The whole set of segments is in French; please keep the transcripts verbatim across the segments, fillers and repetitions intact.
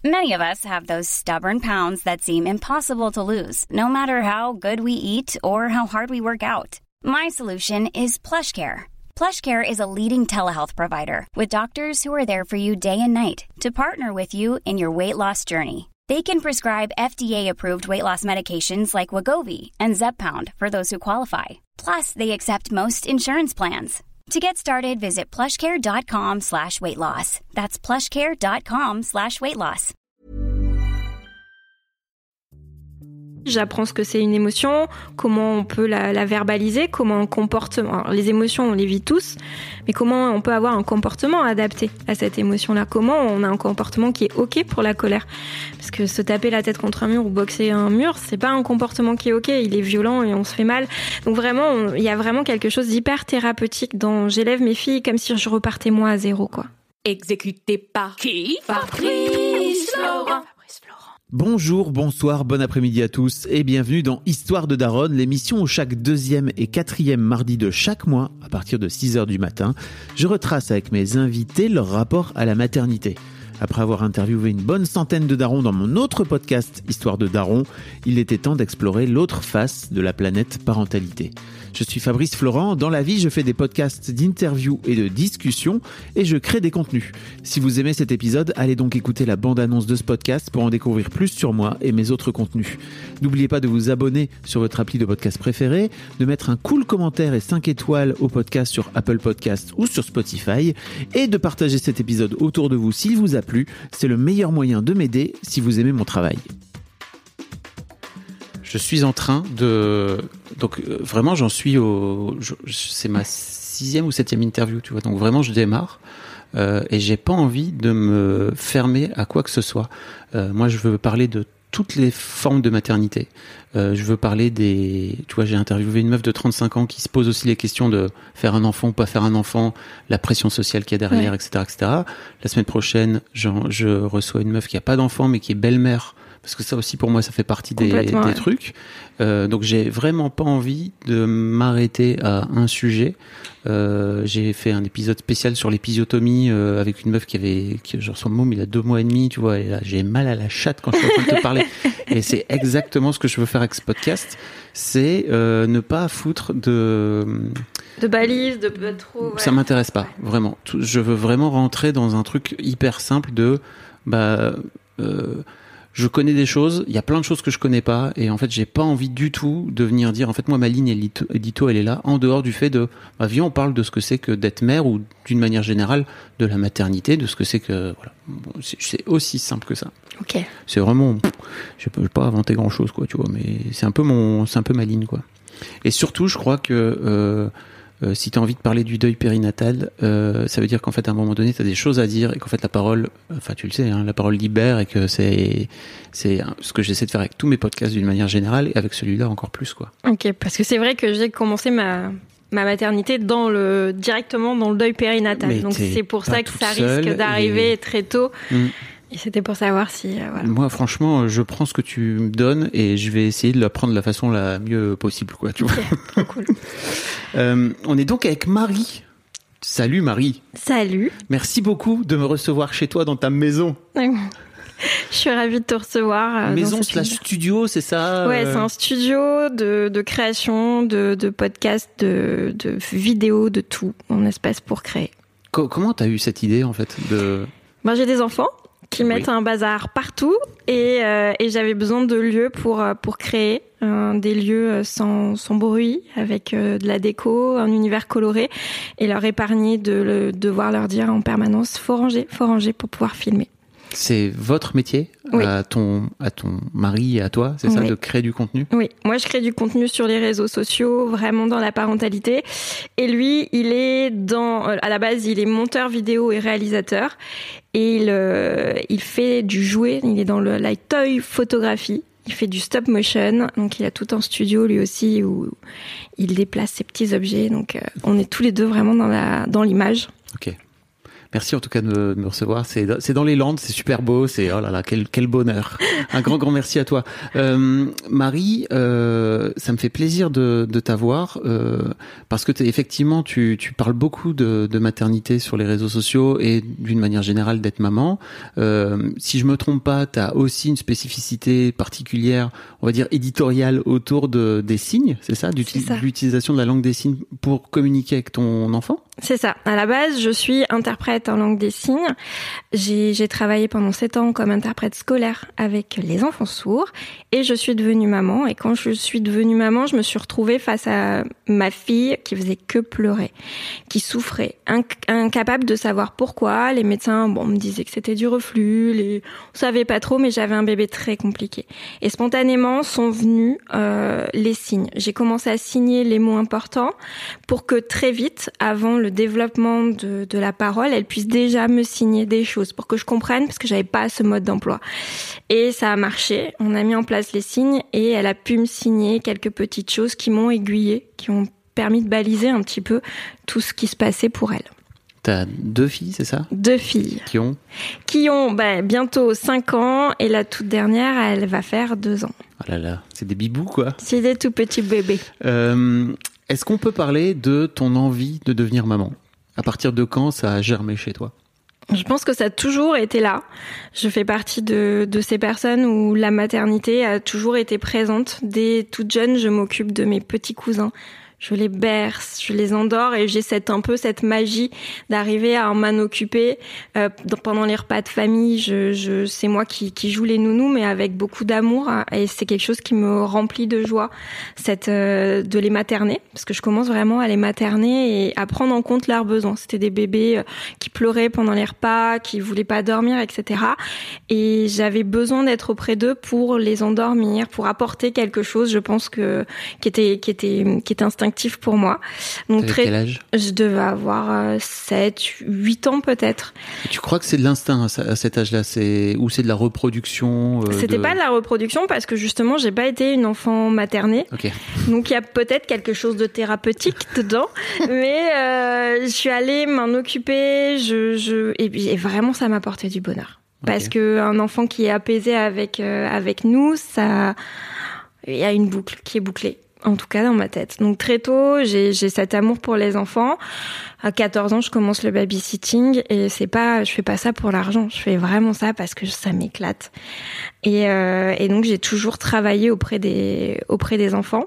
Many of us have those stubborn pounds that seem impossible to lose, no matter how good we eat or how hard we work out. My solution is PlushCare. PlushCare is a leading telehealth provider with doctors who are there for you day and night to partner with you in your weight loss journey. They can prescribe F D A-approved weight loss medications like Wegovy and Zepbound for those who qualify. Plus, they accept most insurance plans. To get started, visit plushcare.com slash weight loss. That's plushcare.com slash weight loss. J'apprends ce que c'est une émotion, comment on peut la, la verbaliser, comment un comportement... Alors, les émotions, on les vit tous, mais comment on peut avoir un comportement adapté à cette émotion-là. Comment on a un comportement qui est OK pour la colère. Parce que se taper la tête contre un mur ou boxer un mur, c'est pas un comportement qui est OK, il est violent et on se fait mal. Donc vraiment, il y a vraiment quelque chose d'hyper thérapeutique dans j'élève mes filles comme si je repartais moi à zéro, quoi. Exécuté par qui? Fabrice Florent. Bonjour, bonsoir, bon après-midi à tous et bienvenue dans Histoire de Daronne, l'émission où chaque deuxième et quatrième mardi de chaque mois, à partir de six heures du matin, je retrace avec mes invités leur rapport à la maternité. Après avoir interviewé une bonne centaine de darons dans mon autre podcast Histoire de Daron, il était temps d'explorer l'autre face de la planète parentalité. Je suis Fabrice Florent, dans la vie je fais des podcasts d'interviews et de discussions et je crée des contenus. Si vous aimez cet épisode, allez donc écouter la bande-annonce de ce podcast pour en découvrir plus sur moi et mes autres contenus. N'oubliez pas de vous abonner sur votre appli de podcast préféré, de mettre un cool commentaire et cinq étoiles au podcast sur Apple Podcasts ou sur Spotify et de partager cet épisode autour de vous s'il vous a plu. C'est le meilleur moyen de m'aider si vous aimez mon travail. Je suis en train de... Donc euh, vraiment, j'en suis au... Je... C'est ma sixième ou septième interview, tu vois. Donc vraiment, je démarre euh, et j'ai pas envie de me fermer à quoi que ce soit. Euh, moi, je veux parler de toutes les formes de maternité. Euh, je veux parler des... Tu vois, j'ai interviewé une meuf de trente-cinq ans qui se pose aussi les questions de faire un enfant ou pas faire un enfant, la pression sociale qu'il y a derrière, ouais. et cetera, et cetera. La semaine prochaine, j'en... je reçois une meuf qui a pas d'enfant mais qui est belle-mère. Parce que ça aussi, pour moi, ça fait partie des, des ouais. trucs. Euh, donc, j'ai vraiment pas envie de m'arrêter à un sujet. Euh, j'ai fait un épisode spécial sur l'épisiotomie euh, avec une meuf qui avait, qui, genre son môme, il a deux mois et demi, tu vois. Et là, j'ai mal à la chatte quand je suis en train de te parler. Et c'est exactement ce que je veux faire avec ce podcast. C'est euh, ne pas foutre de... De balises, de pas trop... Ouais. Ça m'intéresse pas, vraiment. Je veux vraiment rentrer dans un truc hyper simple de... bah euh, je connais des choses, il y a plein de choses que je connais pas, et en fait, j'ai pas envie du tout de venir dire, en fait, moi, ma ligne édito, elle est là, en dehors du fait de, bah, viens, on parle de ce que c'est que d'être mère, ou d'une manière générale, de la maternité, de ce que c'est que, voilà. Bon, c'est, c'est aussi simple que ça. Ok. C'est vraiment, je peux pas inventer grand chose, quoi, tu vois, mais c'est un peu mon, c'est un peu ma ligne, quoi. Et surtout, je crois que, euh, Euh, si tu as envie de parler du deuil périnatal, euh, ça veut dire qu'en fait, à un moment donné, tu as des choses à dire et qu'en fait, la parole, enfin, tu le sais, hein, la parole libère et que c'est, c'est ce que j'essaie de faire avec tous mes podcasts d'une manière générale et avec celui-là encore plus, quoi. Ok, parce que c'est vrai que j'ai commencé ma, ma maternité dans le, directement dans le deuil périnatal. Mais donc, c'est pour ça que ça risque d'arriver et... très tôt. Mmh. Et c'était pour savoir si... Euh, voilà. Moi, franchement, je prends ce que tu me donnes et je vais essayer de la prendre de la façon la mieux possible, quoi, tu okay, vois. Cool. euh, on est donc avec Marie. Salut Marie. Salut. Merci beaucoup de me recevoir chez toi dans ta maison. Je suis ravie de te recevoir. Euh, maison slash studio, c'est ça? Ouais, c'est un studio de, de création, de, de podcasts, de, de vidéos, de tout. Un espace pour créer. Co- comment t'as eu cette idée, en fait, de... Ben, j'ai des enfants qui mettent oui. un bazar partout et, euh, et j'avais besoin de lieux pour, pour créer euh, des lieux sans, sans bruit, avec euh, de la déco, un univers coloré et leur épargner de le, devoir leur dire en permanence faut ranger, faut ranger pour pouvoir filmer. C'est votre métier, oui. à ton à ton mari et à toi, c'est ça, oui. de créer du contenu? Oui, moi je crée du contenu sur les réseaux sociaux, vraiment dans la parentalité. Et lui, il est dans, à la base, il est monteur vidéo et réalisateur. Et il, euh, il fait du jouet, il est dans le, la toy photographie. Il fait du stop motion, donc il a tout un studio lui aussi où il déplace ses petits objets. Donc euh, on est tous les deux vraiment dans la dans l'image. Ok. Merci en tout cas de me, de me recevoir. C'est, c'est dans les Landes, c'est super beau. C'est oh là là, quel, quel bonheur. Un grand grand merci à toi, euh, Marie. Euh, ça me fait plaisir de, de t'avoir euh, parce que t'es, effectivement tu, tu parles beaucoup de, de maternité sur les réseaux sociaux et d'une manière générale d'être maman. Euh, si je me trompe pas, t'as aussi une spécificité particulière, on va dire éditoriale autour de des signes, c'est ça, d'util- c'est ça. l'utilisation de la langue des signes pour communiquer avec ton enfant. C'est ça. À la base, je suis interprète en langue des signes. J'ai, j'ai travaillé pendant sept ans comme interprète scolaire avec les enfants sourds et je suis devenue maman. Et quand je suis devenue maman, je me suis retrouvée face à ma fille qui faisait que pleurer, qui souffrait, inc- incapable de savoir pourquoi. Les médecins, bon, me disaient que c'était du reflux, les... on savait pas trop, mais j'avais un bébé très compliqué. Et spontanément sont venus euh, les signes. J'ai commencé à signer les mots importants pour que très vite, avant le développement de, de la parole, elle puisse déjà me signer des choses pour que je comprenne, parce que j'avais pas ce mode d'emploi. Et ça a marché. On a mis en place les signes et elle a pu me signer quelques petites choses qui m'ont aiguillée, qui ont permis de baliser un petit peu tout ce qui se passait pour elle. T'as deux filles, c'est ça ? Deux filles. Qui ont ? Qui ont bah, bientôt cinq ans et la toute dernière, elle va faire deux ans. Oh là là, c'est des bibous quoi. C'est des tout petits bébés. Euh, est-ce qu'on peut parler de ton envie de devenir maman ? À partir de quand ça a germé chez toi ? Je pense que ça a toujours été là. Je fais partie de, de ces personnes où la maternité a toujours été présente. Dès toute jeune, je m'occupe de mes petits cousins. Je les berce, je les endors et j'ai cette, un peu cette magie d'arriver à m'en occuper. Euh, pendant les repas de famille, je, je, c'est moi qui, qui joue les nounous, mais avec beaucoup d'amour. Et c'est quelque chose qui me remplit de joie, cette, euh, de les materner. Parce que je commence vraiment à les materner et à prendre en compte leurs besoins. C'était des bébés qui pleuraient pendant les repas, qui voulaient pas dormir, et cetera. Et j'avais besoin d'être auprès d'eux pour les endormir, pour apporter quelque chose, je pense que, qui était, qui était, qui était instinctif pour moi. Donc très, quel âge ? Je devais avoir euh, sept, huit ans peut-être. Et tu crois que c'est de l'instinct à cet âge-là, c'est ou c'est de la reproduction euh, C'était de... pas de la reproduction parce que justement j'ai pas été une enfant maternée. Okay. Donc il y a peut-être quelque chose de thérapeutique dedans, mais euh, je suis allée m'en occuper. Je, je et, et vraiment ça m'a apporté du bonheur. Okay. Parce que un enfant qui est apaisé avec euh, avec nous, ça, il y a une boucle qui est bouclée. En tout cas, dans ma tête. Donc, très tôt, j'ai, j'ai cet amour pour les enfants. À quatorze ans, je commence le babysitting et c'est pas, je fais pas ça pour l'argent. Je fais vraiment ça parce que ça m'éclate. Et, euh, et donc, j'ai toujours travaillé auprès des, auprès des enfants.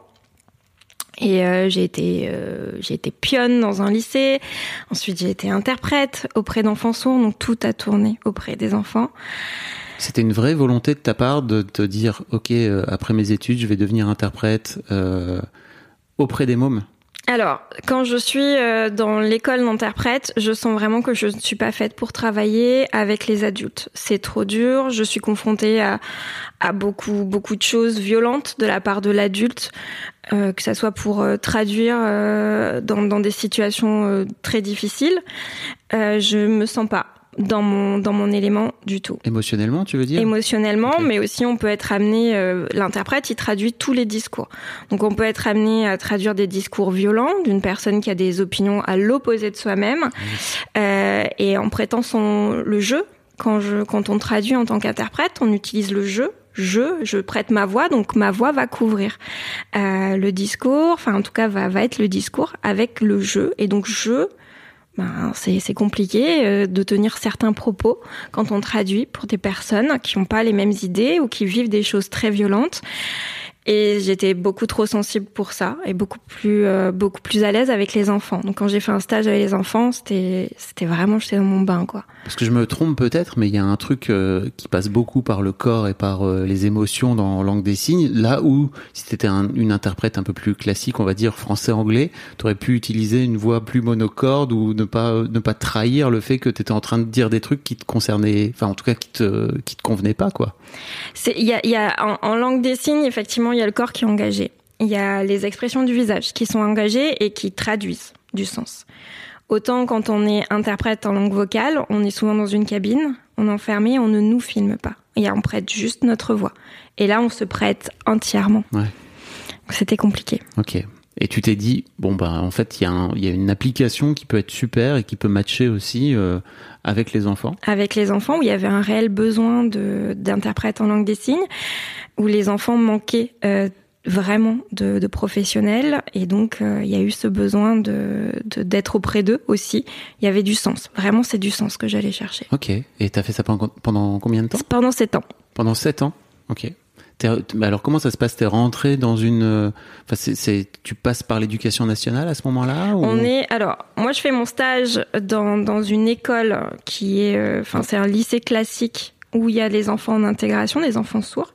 Et euh, j'ai été, euh, j'ai été pionne dans un lycée. Ensuite, j'ai été interprète auprès d'enfants sourds. Donc, tout a tourné auprès des enfants. C'était une vraie volonté de ta part de te dire « Ok, euh, après mes études, je vais devenir interprète euh, auprès des mômes ». Alors, quand je suis euh, dans l'école d'interprète, je sens vraiment que je ne suis pas faite pour travailler avec les adultes. C'est trop dur. Je suis confrontée à, à beaucoup, beaucoup de choses violentes de la part de l'adulte, euh, que ça soit pour euh, traduire euh, dans, dans des situations euh, très difficiles. Euh, je me sens pas dans mon dans mon élément du tout. Émotionnellement, tu veux dire ? Émotionnellement, okay. Mais aussi on peut être amené, euh, l'interprète, il traduit tous les discours. Donc on peut être amené à traduire des discours violents d'une personne qui a des opinions à l'opposé de soi-même, mmh. euh, et en prêtant son le jeu. Quand je quand on traduit en tant qu'interprète, on utilise le jeu. Je, je prête ma voix, donc ma voix va couvrir euh, le discours. Enfin, en tout cas, va va être le discours avec le jeu, et donc je. Ben, c'est, c'est compliqué euh, de tenir certains propos quand on traduit pour des personnes qui n'ont pas les mêmes idées ou qui vivent des choses très violentes. Et j'étais beaucoup trop sensible pour ça et beaucoup plus euh, beaucoup plus à l'aise avec les enfants. Donc quand j'ai fait un stage avec les enfants, c'était c'était vraiment j'étais dans mon bain quoi. Parce que je me trompe peut-être, mais il y a un truc euh, qui passe beaucoup par le corps et par euh, les émotions dans langue des signes. Là où si t'étais un, une interprète un peu plus classique, on va dire français-anglais, t'aurais pu utiliser une voix plus monocorde ou ne pas ne pas trahir le fait que t'étais en train de dire des trucs qui te concernaient, enfin en tout cas qui te qui te convenaient pas quoi. C'est il y a il y a en, en langue des signes effectivement. Il y a le corps qui est engagé. Il y a les expressions du visage qui sont engagées et qui traduisent du sens. Autant quand on est interprète en langue vocale, on est souvent dans une cabine, on est enfermé, on ne nous filme pas. Et on prête juste notre voix. Et là, on se prête entièrement. Ouais. C'était compliqué. Ok. Et tu t'es dit, bon, bah, en fait, il y, a y a une application qui peut être super et qui peut matcher aussi euh, avec les enfants. Avec les enfants, où il y avait un réel besoin de, d'interprètes en langue des signes, où les enfants manquaient euh, vraiment de, de professionnels. Et donc, euh, il y a eu ce besoin de, de, d'être auprès d'eux aussi. Il y avait du sens. Vraiment, c'est du sens que j'allais chercher. Ok. Et t'as fait ça pendant, pendant combien de temps ? Pendant sept ans. Pendant sept ans ? Ok. T'es, alors comment ça se passe ? T'es rentré dans une, enfin c'est, c'est, tu passes par l'éducation nationale à ce moment-là ou... On est, alors moi je fais mon stage dans dans une école qui est, enfin euh, c'est un lycée classique où il y a des enfants en intégration, des enfants sourds,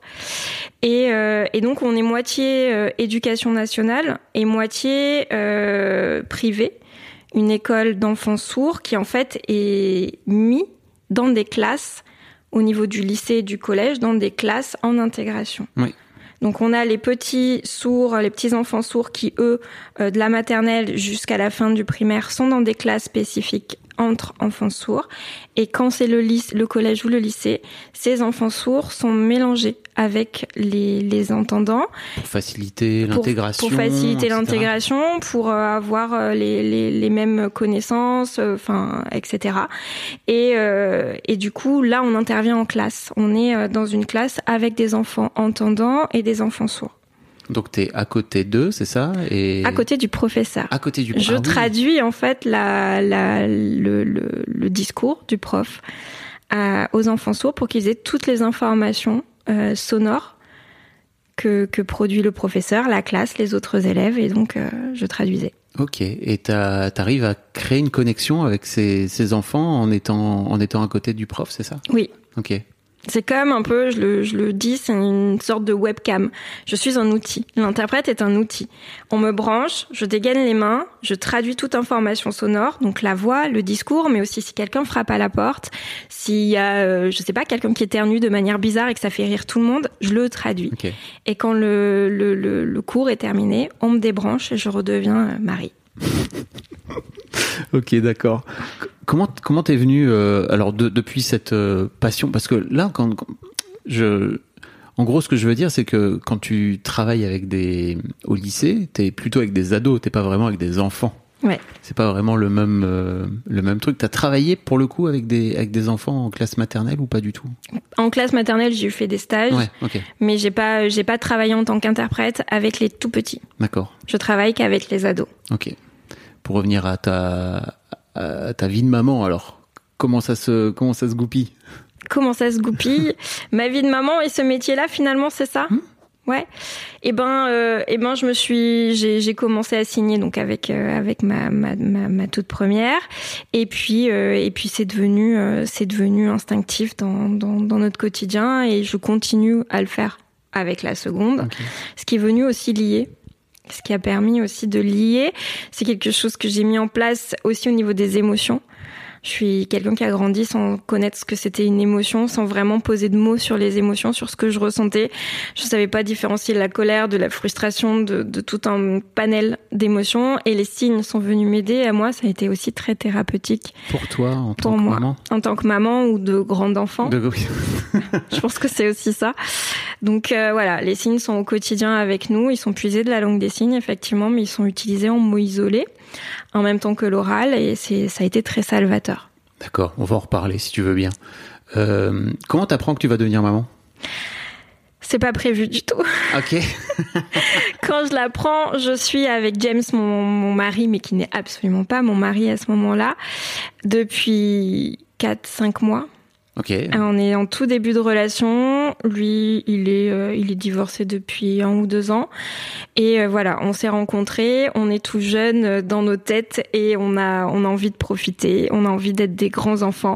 et euh, et donc on est moitié euh, éducation nationale et moitié euh, privée, une école d'enfants sourds qui en fait est mis dans des classes au niveau du lycée et du collège, dans des classes en intégration. Oui. Donc on a les petits sourds, les petits enfants sourds qui, eux, euh, de la maternelle jusqu'à la fin du primaire, sont dans des classes spécifiques entre enfants sourds. Et quand c'est le, lycée, le collège ou le lycée, ces enfants sourds sont mélangés avec les, les entendants. Pour faciliter l'intégration. Pour, pour faciliter et cetera. l'intégration, pour euh, avoir les, les, les mêmes connaissances, enfin, euh, et cetera. Et, euh, et du coup, là, on intervient en classe. On est euh, dans une classe avec des enfants entendants et des enfants sourds. Donc t'es à côté d'eux, c'est ça ? Et... À côté du professeur. À côté du Je ah, oui. traduis en fait la, la, le, le, le discours du prof à, aux enfants sourds pour qu'ils aient toutes les informations euh, sonores que, que produit le professeur, la classe, les autres élèves, et donc euh, je traduisais. Ok, et t'as, t'arrives à créer une connexion avec ces, ces enfants en étant, en étant à côté du prof, c'est ça ? Oui. Ok. C'est comme un peu, je le, je le dis, c'est une sorte de webcam. Je suis un outil. L'interprète est un outil. On me branche, je dégaine les mains, je traduis toute information sonore, donc la voix, le discours, mais aussi si quelqu'un frappe à la porte, s'il y a, euh, je sais pas, quelqu'un qui éternue de manière bizarre et que ça fait rire tout le monde, je le traduis. Okay. Et quand le, le, le, le cours est terminé, on me débranche et je redeviens euh, Marie. Ok, d'accord. Comment comment t'es venu euh, alors de, depuis cette euh, passion, parce que là quand, quand je en gros ce que je veux dire c'est que quand tu travailles avec des au lycée, t'es plutôt avec des ados, t'es pas vraiment avec des enfants. Ouais. C'est pas vraiment le même euh, le même truc. T'as travaillé pour le coup avec des avec des enfants en classe maternelle ou pas du tout ? En classe maternelle, j'ai fait des stages, ouais, okay. mais j'ai pas j'ai pas travaillé en tant qu'interprète avec les tout petits. D'accord. Je travaille qu'avec les ados. Ok. Pour revenir à ta à ta vie de maman, alors comment ça se comment ça se goupille ? Comment ça se goupille ? Ma vie de maman et ce métier-là, finalement, c'est ça ? Mmh. Ouais. Et ben, euh, et ben, je me suis, j'ai, j'ai commencé à signer donc avec euh, avec ma, ma ma ma toute première, et puis euh, et puis c'est devenu euh, c'est devenu instinctif dans dans dans notre quotidien, et je continue à le faire avec la seconde, okay. Ce qui est venu aussi lier. Ce qui a permis aussi de lier, c'est quelque chose que j'ai mis en place aussi au niveau des émotions. Je suis quelqu'un qui a grandi sans connaître ce que c'était une émotion, sans vraiment poser de mots sur les émotions, sur ce que je ressentais. Je savais pas différencier la colère de la frustration, de, de tout un panel d'émotions. Et les signes sont venus m'aider. À moi, ça a été aussi très thérapeutique. Pour toi, en tant pour que moi, maman ? En tant que maman ou de grande enfant. De... Je pense que c'est aussi ça. Donc euh, voilà, les signes sont au quotidien avec nous. Ils sont puisés de la langue des signes, effectivement, mais ils sont utilisés en mots isolés, en même temps que l'oral, et c'est, ça a été très salvateur. D'accord, on va en reparler si tu veux bien. Euh, comment t'apprends que tu vas devenir maman ? C'est pas prévu du tout. Ok. Quand je l'apprends, je suis avec James, mon, mon mari, mais qui n'est absolument pas mon mari à ce moment-là, depuis quatre cinq mois. Ok. On est en tout début de relation. Lui, il est, euh, il est divorcé depuis un ou deux ans. Et euh, voilà, on s'est rencontrés. On est tout jeunes dans nos têtes et on a, on a envie de profiter. On a envie d'être des grands enfants.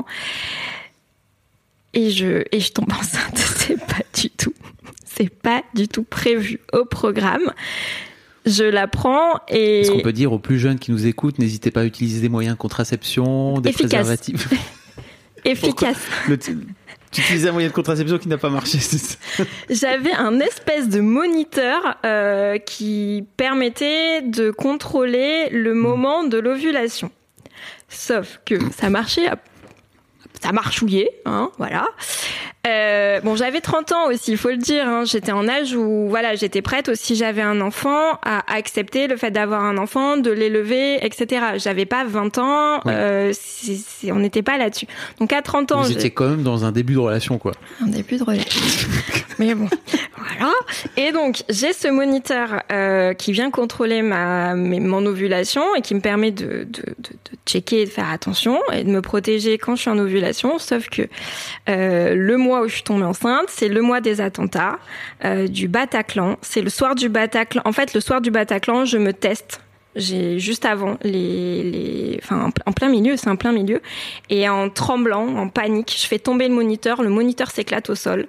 Et je, et je tombe enceinte. C'est pas du tout, c'est pas du tout prévu au programme. Je l'apprends et... Est-ce qu'on peut dire aux plus jeunes qui nous écoutent, n'hésitez pas à utiliser des moyens de contraception, des Efficace. préservatifs. Efficace. Le t- tu utilisais un moyen de contraception qui n'a pas marché, c'est ça ? J'avais un espèce de moniteur euh, qui permettait de contrôler le moment de l'ovulation. Sauf que ça marchait à... ça marchouillait, hein, voilà. Euh, bon, j'avais trente ans aussi, il faut le dire. Hein. J'étais en âge où, voilà, j'étais prête aussi, j'avais un enfant, à accepter le fait d'avoir un enfant, de l'élever, et cetera. J'avais pas vingt ans, oui. euh, c'est, c'est, on n'était pas là-dessus. Donc à trente ans... Vous étiez quand même dans un début de relation, quoi. Un début de relation. Mais bon, voilà. Et donc, j'ai ce moniteur euh, qui vient contrôler ma, mes, mon ovulation et qui me permet de, de, de, de checker, de faire attention et de me protéger quand je suis en ovulation. Sauf que euh, le mois où je suis tombée enceinte, c'est le mois des attentats euh, du Bataclan. C'est le soir du Bataclan. En fait, le soir du Bataclan, je me teste. J'ai juste avant les, les, enfin en plein milieu, c'est en plein milieu, et en tremblant, en panique, je fais tomber le moniteur. Le moniteur s'éclate au sol.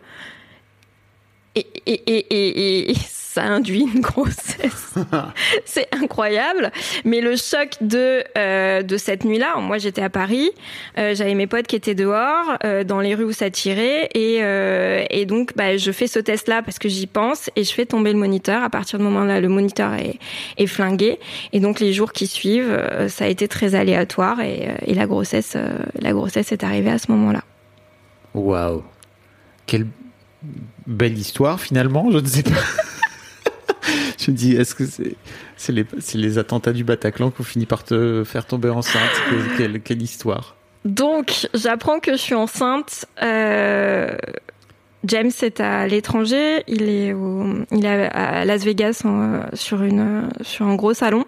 Et, et, et, et, et ça induit une grossesse. C'est incroyable. Mais le choc de euh, de cette nuit-là, moi j'étais à Paris, euh, j'avais mes potes qui étaient dehors, euh, dans les rues où ça tirait, et euh, et donc bah je fais ce test-là parce que j'y pense et je fais tomber le moniteur. À partir du moment-là, le moniteur est est flingué, et donc les jours qui suivent, euh, ça a été très aléatoire, et, et la grossesse euh, la grossesse est arrivée à ce moment-là. Waouh, quelle belle histoire finalement, je ne sais pas. Je me dis, est-ce que c'est, c'est, les, c'est les attentats du Bataclan qui ont fini par te faire tomber enceinte? Quelle, quelle histoire. Donc, j'apprends que je suis enceinte. Euh, James est à l'étranger. Il est, au, il est à Las Vegas en, sur, une, sur un gros salon.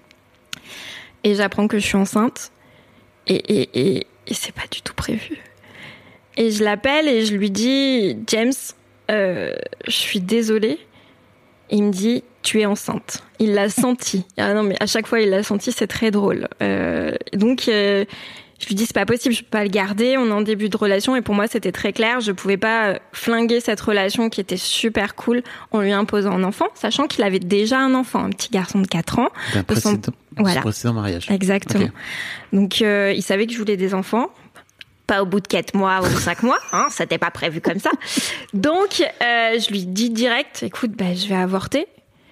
Et j'apprends que je suis enceinte. Et, et, et, et c'est pas du tout prévu. Et je l'appelle et je lui dis, James, euh, je suis désolée. Et il me dit, tu es enceinte. Il l'a senti. Ah non, mais à chaque fois, il l'a senti, c'est très drôle. Euh, donc, euh, je lui dis, c'est pas possible, je peux pas le garder. On est en début de relation et pour moi, c'était très clair. Je pouvais pas flinguer cette relation qui était super cool en lui imposant un enfant, sachant qu'il avait déjà un enfant, un petit garçon de quatre ans. D'un précédent, son... voilà. précédent mariage. Exactement. Okay. Donc, euh, il savait que je voulais des enfants. Pas au bout de quatre mois ou cinq mois, hein, c'était pas prévu comme ça. Donc, euh, je lui dis direct, écoute, bah, je vais avorter.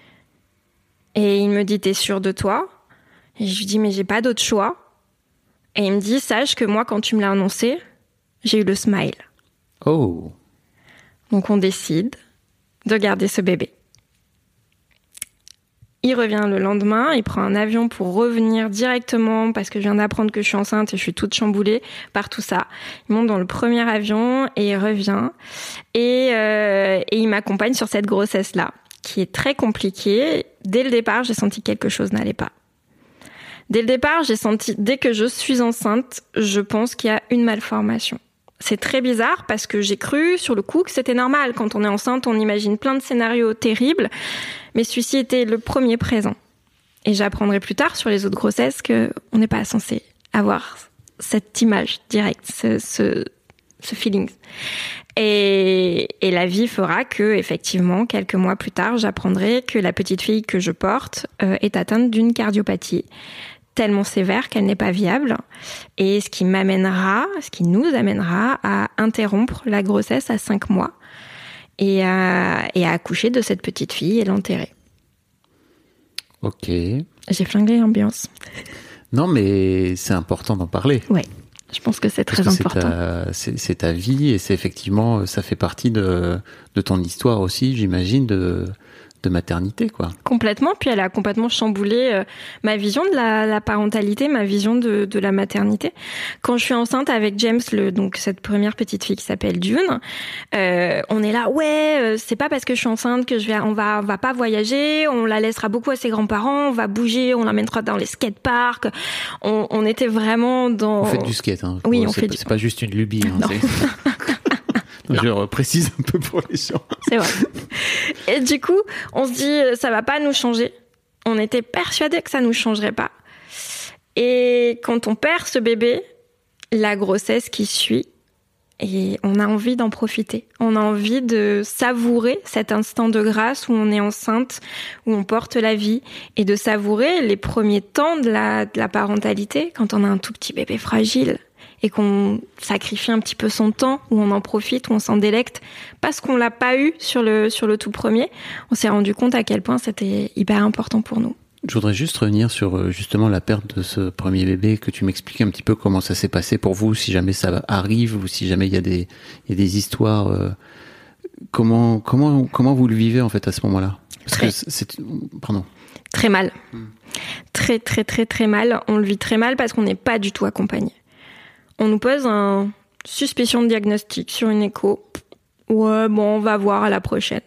Et il me dit, t'es sûre de toi? Et je lui dis, mais j'ai pas d'autre choix. Et il me dit, sache que moi, quand tu me l'as annoncé, j'ai eu le smile. Oh. Donc, on décide de garder ce bébé. Il revient le lendemain, il prend un avion pour revenir directement parce que je viens d'apprendre que je suis enceinte et je suis toute chamboulée par tout ça. Il monte dans le premier avion et il revient et, euh, et il m'accompagne sur cette grossesse-là qui est très compliquée. Dès le départ, j'ai senti que quelque chose n'allait pas. Dès le départ, j'ai senti, dès que je suis enceinte, je pense qu'il y a une malformation. C'est très bizarre parce que j'ai cru sur le coup que c'était normal. Quand on est enceinte, on imagine plein de scénarios terribles. Mais celui-ci était le premier présent. Et j'apprendrai plus tard sur les autres grossesses qu'on n'est pas censé avoir cette image directe, ce, ce, ce feeling. Et, et la vie fera que, effectivement, quelques mois plus tard, j'apprendrai que la petite fille que je porte euh, est atteinte d'une cardiopathie tellement sévère qu'elle n'est pas viable. Et ce qui m'amènera, ce qui nous amènera à interrompre la grossesse à cinq mois. Et à, et à accoucher de cette petite fille et l'enterrer. Ok. J'ai flingué l'ambiance. Non, mais c'est important d'en parler. Ouais, je pense que c'est très Parce que important. C'est ta, c'est, c'est ta vie et c'est effectivement, ça fait partie de, de ton histoire aussi, j'imagine, de, de maternité, quoi. Complètement. Puis elle a complètement chamboulé euh, ma vision de la, la parentalité, ma vision de, de la maternité. Quand je suis enceinte avec James, le, donc cette première petite fille qui s'appelle June, euh, on est là, ouais, euh, c'est pas parce que je suis enceinte que je vais, on va, on va pas voyager, on la laissera beaucoup à ses grands-parents, on va bouger, on l'amènera dans les skateparks. On, on était vraiment dans. Vous faites du skate, hein. Oui, on c'est fait pas, du. C'est pas juste une lubie, hein. Non. Je précise un peu pour les gens. C'est vrai. Et du coup, on se dit, ça va pas nous changer. On était persuadés que ça nous changerait pas. Et quand on perd ce bébé, la grossesse qui suit, et on a envie d'en profiter. On a envie de savourer cet instant de grâce où on est enceinte, où on porte la vie, et de savourer les premiers temps de la, de la parentalité, quand on a un tout petit bébé fragile. Et qu'on sacrifie un petit peu son temps, où on en profite, où on s'en délecte, parce qu'on l'a pas eu sur le sur le tout premier, on s'est rendu compte à quel point c'était hyper important pour nous. Je voudrais juste revenir sur justement la perte de ce premier bébé, que tu m'expliques un petit peu comment ça s'est passé pour vous, si jamais ça arrive ou si jamais il y a des, il y a des histoires. Euh, comment, comment, comment vous le vivez en fait à ce moment-là? Parce très, que c'est, c'est, pardon. Très mal. Hmm. Très, très, très, très mal. On le vit très mal parce qu'on n'est pas du tout accompagné. On nous pose un suspicion de diagnostic sur une écho. Ouais, bon, on va voir à la prochaine.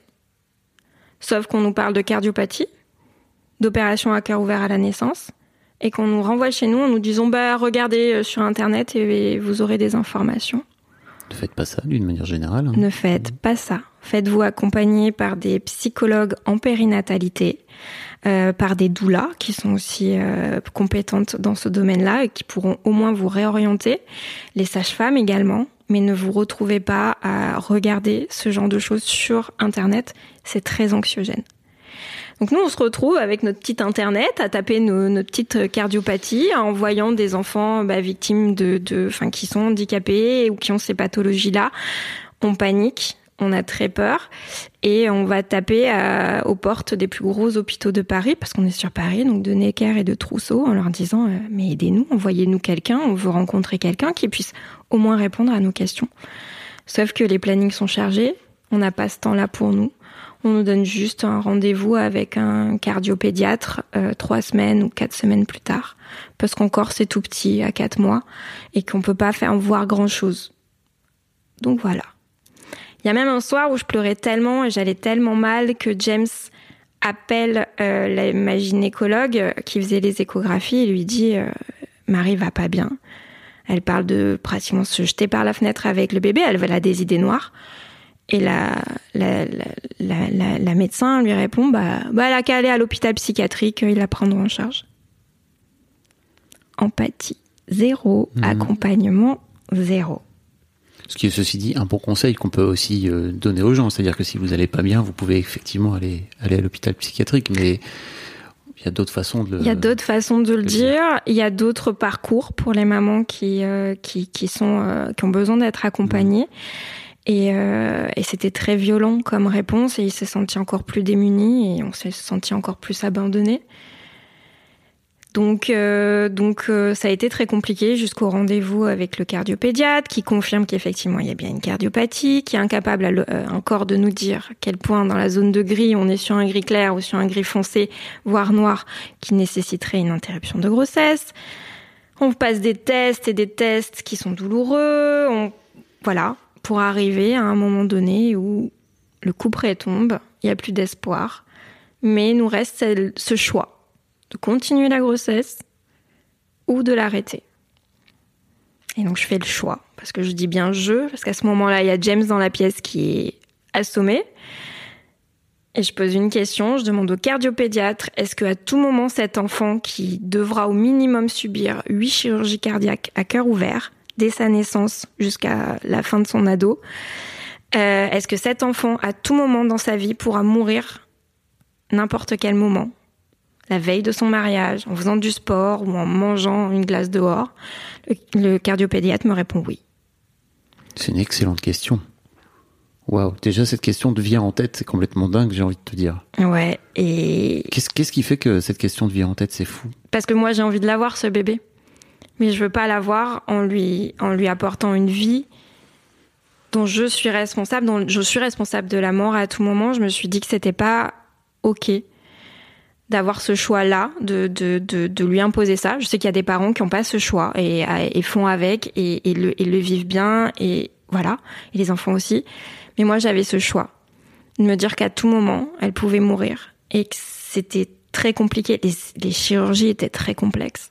Sauf qu'on nous parle de cardiopathie, d'opération à cœur ouvert à la naissance, et qu'on nous renvoie chez nous en nous disant bah regardez sur internet et vous aurez des informations. Ne faites pas ça d'une manière générale. Hein. Ne faites pas ça. Faites-vous accompagner par des psychologues en périnatalité, euh, par des doulas qui sont aussi euh, compétentes dans ce domaine-là et qui pourront au moins vous réorienter, les sages-femmes également, mais ne vous retrouvez pas à regarder ce genre de choses sur internet, c'est très anxiogène. Donc nous, on se retrouve avec notre petit internet à taper nos, notre petite cardiopathie en voyant des enfants bah, victimes de, de, enfin, qui sont handicapés ou qui ont ces pathologies-là. On panique, on a très peur et on va taper à, aux portes des plus gros hôpitaux de Paris parce qu'on est sur Paris, donc de Necker et de Trousseau, en leur disant euh, mais aidez-nous, envoyez-nous quelqu'un, on veut rencontrer quelqu'un qui puisse au moins répondre à nos questions. Sauf que les plannings sont chargés, on n'a pas ce temps-là pour nous. On nous donne juste un rendez-vous avec un cardiopédiatre euh, trois semaines ou quatre semaines plus tard, parce qu'encore c'est tout petit, à quatre mois, et qu'on peut pas faire voir grand-chose. Donc voilà. Il y a même un soir où je pleurais tellement et j'allais tellement mal que James appelle euh, la, ma gynécologue qui faisait les échographies et lui dit euh, « Marie va pas bien ». Elle parle de pratiquement se jeter par la fenêtre avec le bébé, elle a des idées noires. Et la, la, la, la, la, la médecin lui répond bah, bah, elle a qu'à aller à l'hôpital psychiatrique, ils la prendront en charge. Empathie, zéro. Mmh. Accompagnement, zéro. Ce qui est, ceci dit, un bon conseil qu'on peut aussi euh, donner aux gens. C'est-à-dire que si vous n'allez pas bien, vous pouvez effectivement aller, aller à l'hôpital psychiatrique. Mais il y a d'autres façons de le dire. Il y a d'autres façons de le dire. Il y a d'autres parcours pour les mamans qui, euh, qui, qui, sont, euh, qui ont besoin d'être accompagnées. Mmh. Et, euh, et c'était très violent comme réponse et il s'est senti encore plus démuni et on s'est senti encore plus abandonné. Donc, euh, donc euh, ça a été très compliqué jusqu'au rendez-vous avec le cardiopédiatre qui confirme qu'effectivement il y a bien une cardiopathie, qui est incapable à le, euh, encore de nous dire à quel point dans la zone de gris on est sur un gris clair ou sur un gris foncé, voire noir, qui nécessiterait une interruption de grossesse. On passe des tests et des tests qui sont douloureux. On, voilà. Pour arriver à un moment donné où le couperet tombe, il n'y a plus d'espoir, mais il nous reste ce choix de continuer la grossesse ou de l'arrêter. Et donc je fais le choix, parce que je dis bien je, parce qu'à ce moment-là, il y a James dans la pièce qui est assommé, et je pose une question, je demande au cardiopédiatre, est-ce qu'à tout moment, cet enfant qui devra au minimum subir huit chirurgies cardiaques à cœur ouvert, dès sa naissance jusqu'à la fin de son ado, euh, est-ce que cet enfant, à tout moment dans sa vie, pourra mourir n'importe quel moment, la veille de son mariage, en faisant du sport ou en mangeant une glace dehors? Le, le cardiopédiatre me répond oui. C'est une excellente question. Waouh, déjà cette question te vient en tête, c'est complètement dingue, j'ai envie de te dire. Ouais, et... Qu'est-ce, qu'est-ce qui fait que cette question te vient en tête, c'est fou? Parce que moi j'ai envie de l'avoir, ce bébé. Mais je veux pas l'avoir en lui, en lui apportant une vie dont je suis responsable, dont je suis responsable de la mort à tout moment. Je me suis dit que c'était pas ok d'avoir ce choix-là, de, de, de, de lui imposer ça. Je sais qu'il y a des parents qui ont pas ce choix et, et font avec et, et, le, et le vivent bien et voilà. Et les enfants aussi. Mais moi, j'avais ce choix de me dire qu'à tout moment, elle pouvait mourir et que c'était très compliqué. Les, les chirurgies étaient très complexes.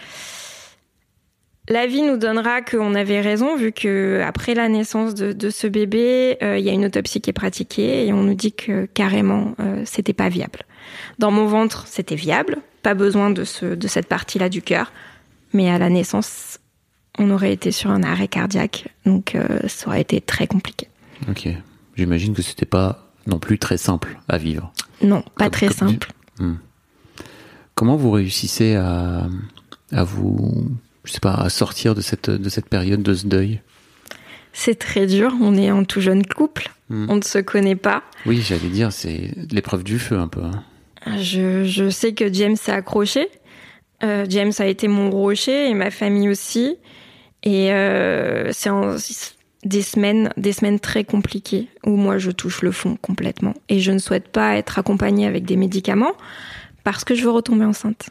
La vie nous donnera qu'on avait raison, vu que après la naissance de, de ce bébé, il euh, y a une autopsie qui est pratiquée et on nous dit que carrément, euh, c'était pas viable. Dans mon ventre, c'était viable, pas besoin de, ce, de cette partie-là du cœur, mais à la naissance, on aurait été sur un arrêt cardiaque, donc euh, ça aurait été très compliqué. Ok, j'imagine que c'était pas non plus très simple à vivre. Non, pas comme, très comme simple. Tu... Hmm. Comment vous réussissez à, à vous... je sais pas, à sortir de cette, de cette période, de ce deuil? C'est très dur, on est en tout jeune couple, mmh. on ne se connaît pas. Oui, j'allais dire, c'est l'épreuve du feu un peu. Hein. Je, je sais que James s'est accroché. Euh, James a été mon rocher et ma famille aussi. Et euh, c'est en, des semaines, des semaines très compliquées où moi je touche le fond complètement. Et je ne souhaite pas être accompagnée avec des médicaments parce que je veux retomber enceinte.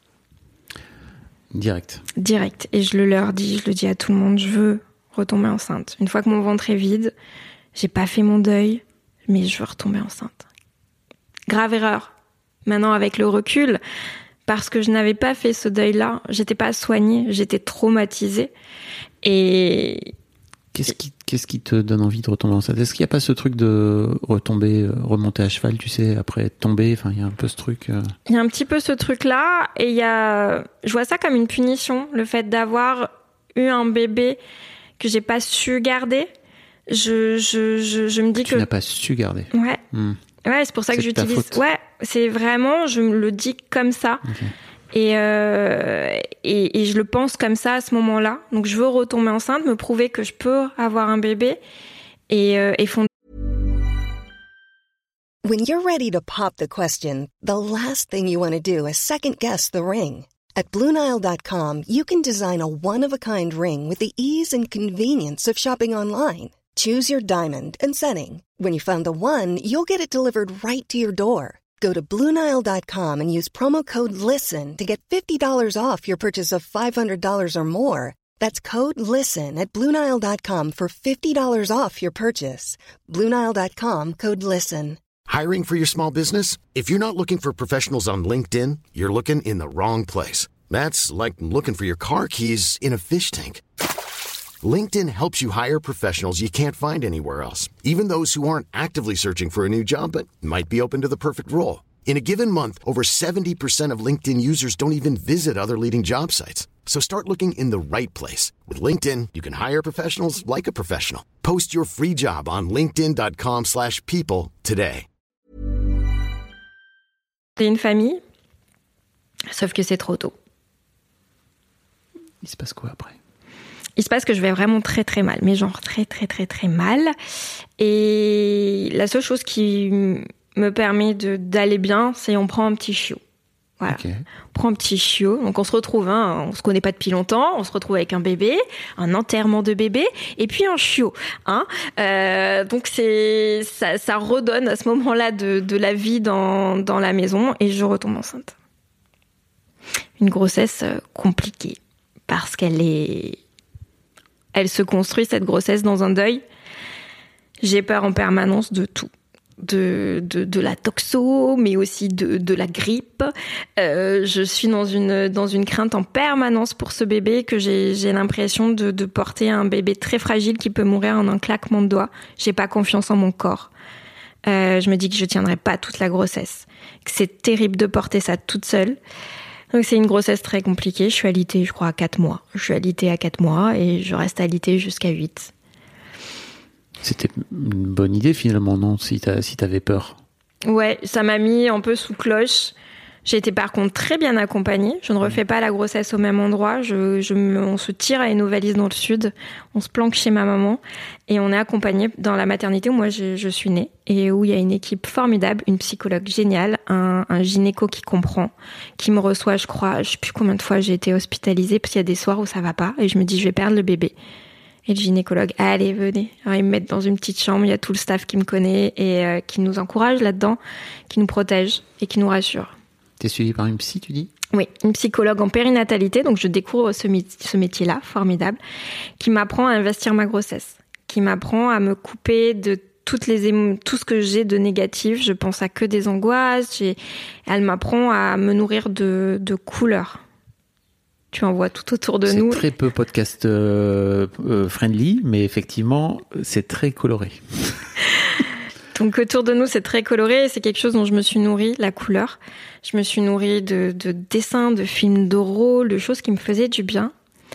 Direct. Direct. Et je le leur dis, je le dis à tout le monde, je veux retomber enceinte. Une fois que mon ventre est vide, j'ai pas fait mon deuil, mais je veux retomber enceinte. Grave erreur. Maintenant, avec le recul, parce que je n'avais pas fait ce deuil-là, j'étais pas soignée, j'étais traumatisée. Et qu'est-ce qui, qu'est-ce qui te donne envie de retomber enceinte ? Est-ce qu'il n'y a pas ce truc de retomber, remonter à cheval, tu sais, après tomber ? Enfin, il y a un peu ce truc. Euh... Il y a un petit peu ce truc-là, et il y a, je vois ça comme une punition, le fait d'avoir eu un bébé que j'ai pas su garder. Je, je, je, je me dis tu que tu n'as pas su garder. Ouais. Hmm. Ouais, c'est pour ça c'est que j'utilise. Ta faute. Ouais, c'est vraiment, je me le dis comme ça. Okay. Et, euh, et, et je le pense comme ça à ce moment-là. Donc je veux retomber enceinte, me prouver que je peux avoir un bébé et, euh, et fonder. When you're ready to pop the question, the last thing you want to do is second guess the ring. At Blue Nile dot com, you can design a one-of-a-kind ring with the ease and convenience of shopping online. Choose your diamond and setting. When you find the one, you'll get it delivered right to your door. Go to Blue Nile dot com and use promo code LISTEN to get fifty dollars off your purchase of five hundred dollars or more. That's code LISTEN at Blue Nile dot com for fifty dollars off your purchase. Blue Nile dot com, code LISTEN. Hiring for your small business? If you're not looking for professionals on LinkedIn, you're looking in the wrong place. That's like looking for your car keys in a fish tank. LinkedIn helps you hire professionals you can't find anywhere else, even those who aren't actively searching for a new job but might be open to the perfect role. In a given month, over seventy percent of LinkedIn users don't even visit other leading job sites. So start looking in the right place. With LinkedIn, you can hire professionals like a professional. Post your free job on linkedin dot com slash people today. C'est une famille, sauf que c'est trop tôt. Il se passe quoi après ? Il se passe que je vais vraiment très très mal, mais genre très très très très mal. Et la seule chose qui me permet de, d'aller bien, c'est on prend un petit chiot. Voilà. Okay. On prend un petit chiot. Donc on se retrouve, hein, on se connaît pas depuis longtemps, on se retrouve avec un bébé, un enterrement de bébé, et puis un chiot. Hein. Euh, donc c'est ça, ça redonne à ce moment-là de, de la vie dans, dans la maison, et je retombe enceinte. Une grossesse compliquée, parce qu'elle est... Elle se construit, cette grossesse, dans un deuil. J'ai peur en permanence de tout. De, de, de la toxo, mais aussi de, de la grippe. Euh, je suis dans une, dans une crainte en permanence pour ce bébé, que j'ai, j'ai l'impression de, de porter un bébé très fragile qui peut mourir en un claquement de doigts. J'ai pas confiance en mon corps. Euh, je me dis que je tiendrai pas toute la grossesse. Que c'est terrible de porter ça toute seule. Donc c'est une grossesse très compliquée. Je suis alitée, je crois, à quatre mois. Je suis alitée à quatre mois et je reste alitée jusqu'à huit. C'était une bonne idée finalement, non ? Si t'as, si t'avais peur. Ouais, ça m'a mis un peu sous cloche. J'ai été par contre très bien accompagnée. Je ne refais pas la grossesse au même endroit. Je, je me, on se tire à une valise dans le sud. On se planque chez ma maman. Et on est accompagné dans la maternité où moi je, je suis née. Et où il y a une équipe formidable, une psychologue géniale, un, un gynéco qui comprend, qui me reçoit, je crois, je sais plus combien de fois j'ai été hospitalisée, parce qu'il y a des soirs où ça va pas. Et je me dis, je vais perdre le bébé. Et le gynécologue, allez, venez. Alors, ils me mettent dans une petite chambre, il y a tout le staff qui me connaît et euh, qui nous encourage là-dedans, qui nous protège et qui nous rassure. T'es suivie par une psy, tu dis ? Oui, une psychologue en périnatalité, donc je découvre ce, ce métier-là, formidable, qui m'apprend à investir ma grossesse, qui m'apprend à me couper de toutes les émo- tout ce que j'ai de négatif. Je pense à que des angoisses. J'ai... Elle m'apprend à me nourrir de, de couleurs. Tu en vois tout autour de c'est nous. C'est très peu podcast euh, euh, friendly, mais effectivement, c'est très coloré. Donc autour de nous, c'est très coloré et c'est quelque chose dont je me suis nourrie, la couleur. Je me suis nourrie de, de dessins, de films d'oraux, de choses qui me faisaient du bien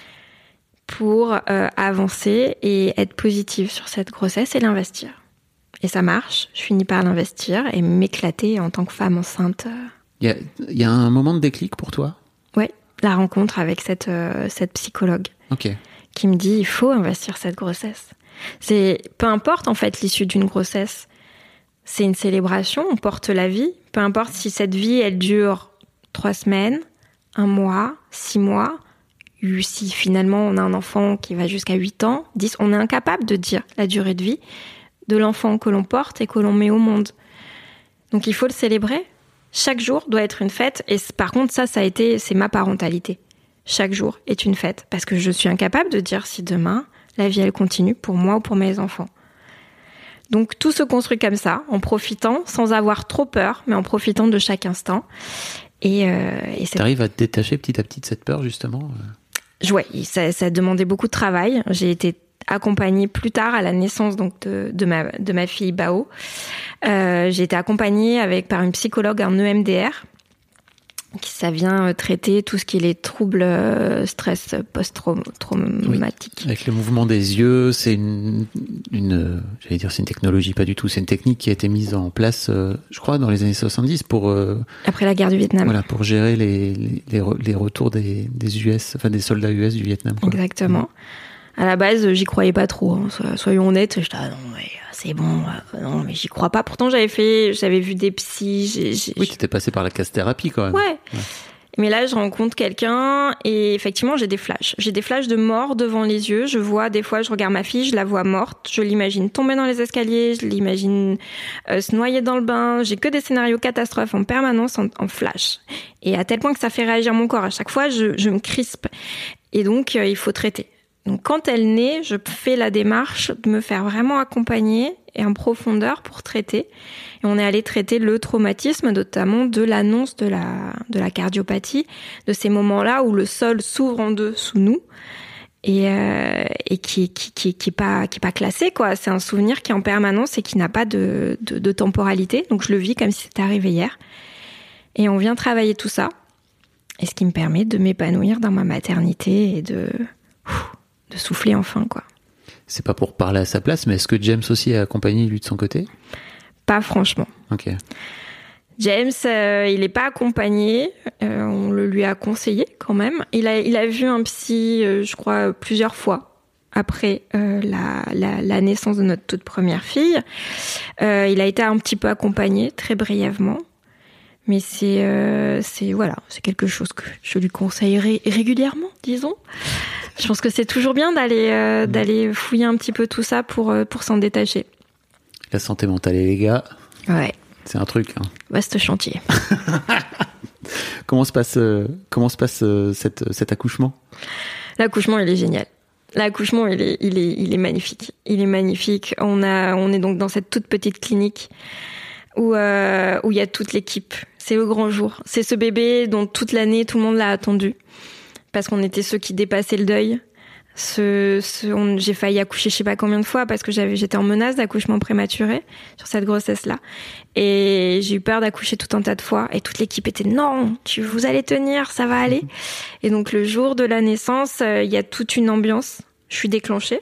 pour euh, avancer et être positive sur cette grossesse et l'investir. Et ça marche, je finis par l'investir et m'éclater en tant que femme enceinte. Il y a, y a un moment de déclic pour toi ? Ouais, la rencontre avec cette, euh, cette psychologue okay. qui me dit il faut investir cette grossesse. C'est, peu importe en fait l'issue d'une grossesse, c'est une célébration, on porte la vie. Peu importe si cette vie, elle dure trois semaines, un mois, six mois, si finalement on a un enfant qui va jusqu'à huit ans, dix, on est incapable de dire la durée de vie de l'enfant que l'on porte et que l'on met au monde. Donc il faut le célébrer. Chaque jour doit être une fête. Et par contre, ça, ça a été, c'est ma parentalité. Chaque jour est une fête. Parce que je suis incapable de dire si demain, la vie, elle continue pour moi ou pour mes enfants. Donc tout se construit comme ça, en profitant, sans avoir trop peur, mais en profitant de chaque instant. Et, euh, et c'est... T'arrives à te détacher petit à petit de cette peur, justement? Ouais, ça, ça demandait beaucoup de travail. J'ai été accompagnée plus tard à la naissance donc de, de ma de ma fille Bao. Euh, j'ai été accompagnée avec par une psychologue en E M D R. Qui ça vient traiter tout ce qui est les troubles euh, stress post-traumatiques. Oui, avec le mouvement des yeux, c'est une, une, j'allais dire c'est une technologie, pas du tout, c'est une technique qui a été mise en place, euh, je crois, dans les années soixante-dix pour euh, après la guerre du Vietnam. Voilà, pour gérer les les, les, les retours des, des U S, enfin des soldats U S du Vietnam. Quoi. Exactement. Mmh. À la base, j'y croyais pas trop. Hein. Soyons honnêtes, j'étais ah non mais c'est bon, euh, non mais j'y crois pas. Pourtant j'avais fait, j'avais vu des psys. J'ai, j'ai, oui, t'étais passé par la casse-thérapie quand même. Ouais. ouais. Mais là, je rencontre quelqu'un et effectivement, j'ai des flashs. J'ai des flashs de mort devant les yeux. Je vois des fois, je regarde ma fille, je la vois morte. Je l'imagine tomber dans les escaliers, je l'imagine euh, se noyer dans le bain. J'ai que des scénarios catastrophes en permanence en, en flash. Et à tel point que ça fait réagir mon corps. À chaque fois, je, je me crispe. Et donc, euh, il faut traiter. Donc quand elle naît, je fais la démarche de me faire vraiment accompagner et en profondeur pour traiter. Et on est allé traiter le traumatisme, notamment de l'annonce de la de la cardiopathie, de ces moments-là où le sol s'ouvre en deux sous nous et euh, et qui qui qui qui est pas qui est pas classé quoi. C'est un souvenir qui est en permanence et qui n'a pas de de, de temporalité. Donc je le vis comme si c'était arrivé hier. Et on vient travailler tout ça. Et ce qui me permet de m'épanouir dans ma maternité et de de souffler enfin, quoi. C'est pas pour parler à sa place, mais est-ce que James aussi a accompagné, lui, de son côté? Pas franchement. Ok. James, euh, il est pas accompagné. Euh, on le lui a conseillé quand même. Il a, il a vu un psy, euh, je crois, plusieurs fois après euh, la, la, la naissance de notre toute première fille. Euh, il a été un petit peu accompagné, très brièvement. Mais c'est, euh, c'est, voilà, c'est quelque chose que je lui conseillerais régulièrement, disons. Je pense que c'est toujours bien d'aller, euh, d'aller fouiller un petit peu tout ça pour, euh, pour s'en détacher. La santé mentale et les gars. Ouais. C'est un truc. Hein. Vaste chantier. Comment se passe, euh, comment se passe euh, cette, cet accouchement? L'accouchement, il est génial. L'accouchement, il est, il est, il est magnifique. Il est magnifique. On a, on est donc dans cette toute petite clinique où, euh, où il y a toute l'équipe. C'est le grand jour. C'est ce bébé dont toute l'année, tout le monde l'a attendu. Parce qu'on était ceux qui dépassaient le deuil. Ce, ce, on, j'ai failli accoucher je sais pas combien de fois parce que j'avais, j'étais en menace d'accouchement prématuré sur cette grossesse-là. Et j'ai eu peur d'accoucher tout un tas de fois. Et toute l'équipe était non, tu, vous allez tenir, ça va aller. Et donc le jour de la naissance, il euh, y a toute une ambiance. Je suis déclenchée.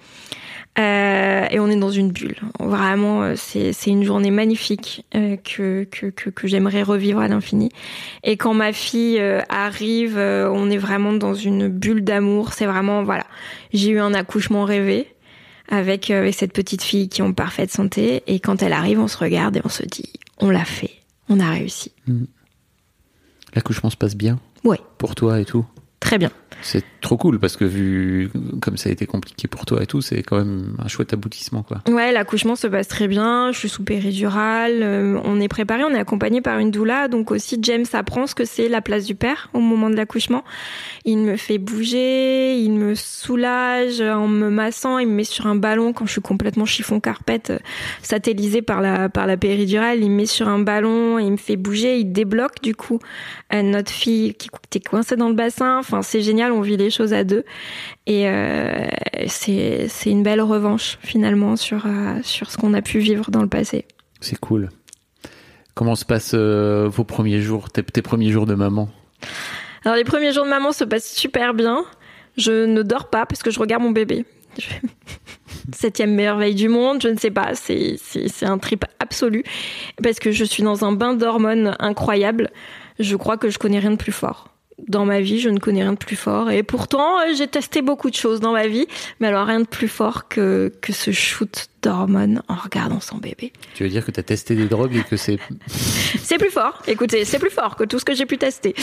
Euh, et on est dans une bulle. Vraiment, c'est, c'est une journée magnifique euh, que, que, que, que j'aimerais revivre à l'infini. Et quand ma fille euh, arrive, euh, on est vraiment dans une bulle d'amour. C'est vraiment, voilà, j'ai eu un accouchement rêvé avec, euh, avec cette petite fille qui est en parfaite santé. Et quand elle arrive, on se regarde et on se dit, on l'a fait, on a réussi. Mmh. L'accouchement se passe bien? Ouais. Pour toi et tout? Très bien. C'est trop cool parce que vu comme ça a été compliqué pour toi et tout, c'est quand même un chouette aboutissement, quoi. Ouais, l'accouchement se passe très bien. Je suis sous péridurale. Euh, on est préparé, on est accompagné par une doula. Donc aussi, James apprend ce que c'est la place du père au moment de l'accouchement. Il me fait bouger, il me soulage en me massant. Il me met sur un ballon quand je suis complètement chiffon carpette, euh, satellisée par la par la péridurale. Il me met sur un ballon, il me fait bouger, il débloque du coup euh, notre fille qui était coincée dans le bassin. Enfin, c'est génial. On vit les choses à deux et euh, c'est c'est une belle revanche finalement sur euh, sur ce qu'on a pu vivre dans le passé. C'est cool. Comment se passent euh, vos premiers jours, tes, tes premiers jours de maman? Alors les premiers jours de maman se passent super bien. Je ne dors pas parce que je regarde mon bébé. Septième merveille du monde, je ne sais pas, c'est c'est c'est un trip absolu parce que je suis dans un bain d'hormones incroyable. Je crois que je connais rien de plus fort. dans ma vie, je ne connais rien de plus fort. Et pourtant, j'ai testé beaucoup de choses dans ma vie, mais alors rien de plus fort que, que ce shoot d'hormones en regardant son bébé. Tu veux dire que tu as testé des drogues et que c'est... C'est plus fort. Écoutez, c'est plus fort que tout ce que j'ai pu tester.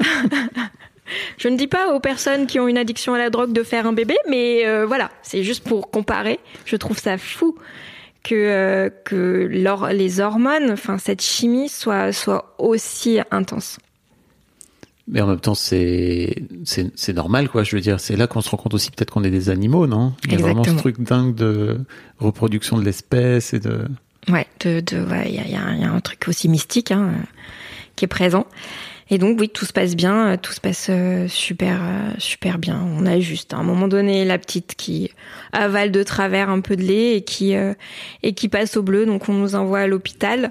Je ne dis pas aux personnes qui ont une addiction à la drogue de faire un bébé, mais euh, voilà, c'est juste pour comparer. Je trouve ça fou que euh, que leur, les hormones, enfin cette chimie soit soit aussi intense. Mais en même temps, c'est c'est c'est normal, quoi. Je veux dire, c'est là qu'on se rend compte aussi peut-être qu'on est des animaux, non? Il y a Exactement. vraiment ce truc dingue de reproduction de l'espèce et de. Ouais, de de ouais, il y a, y, a, y a un truc aussi mystique hein, euh, qui est présent. Et donc oui, tout se passe bien, euh, tout se passe euh, super euh, super bien. On a juste à un moment donné la petite qui avale de travers un peu de lait et qui euh, et qui passe au bleu, donc on nous envoie à l'hôpital.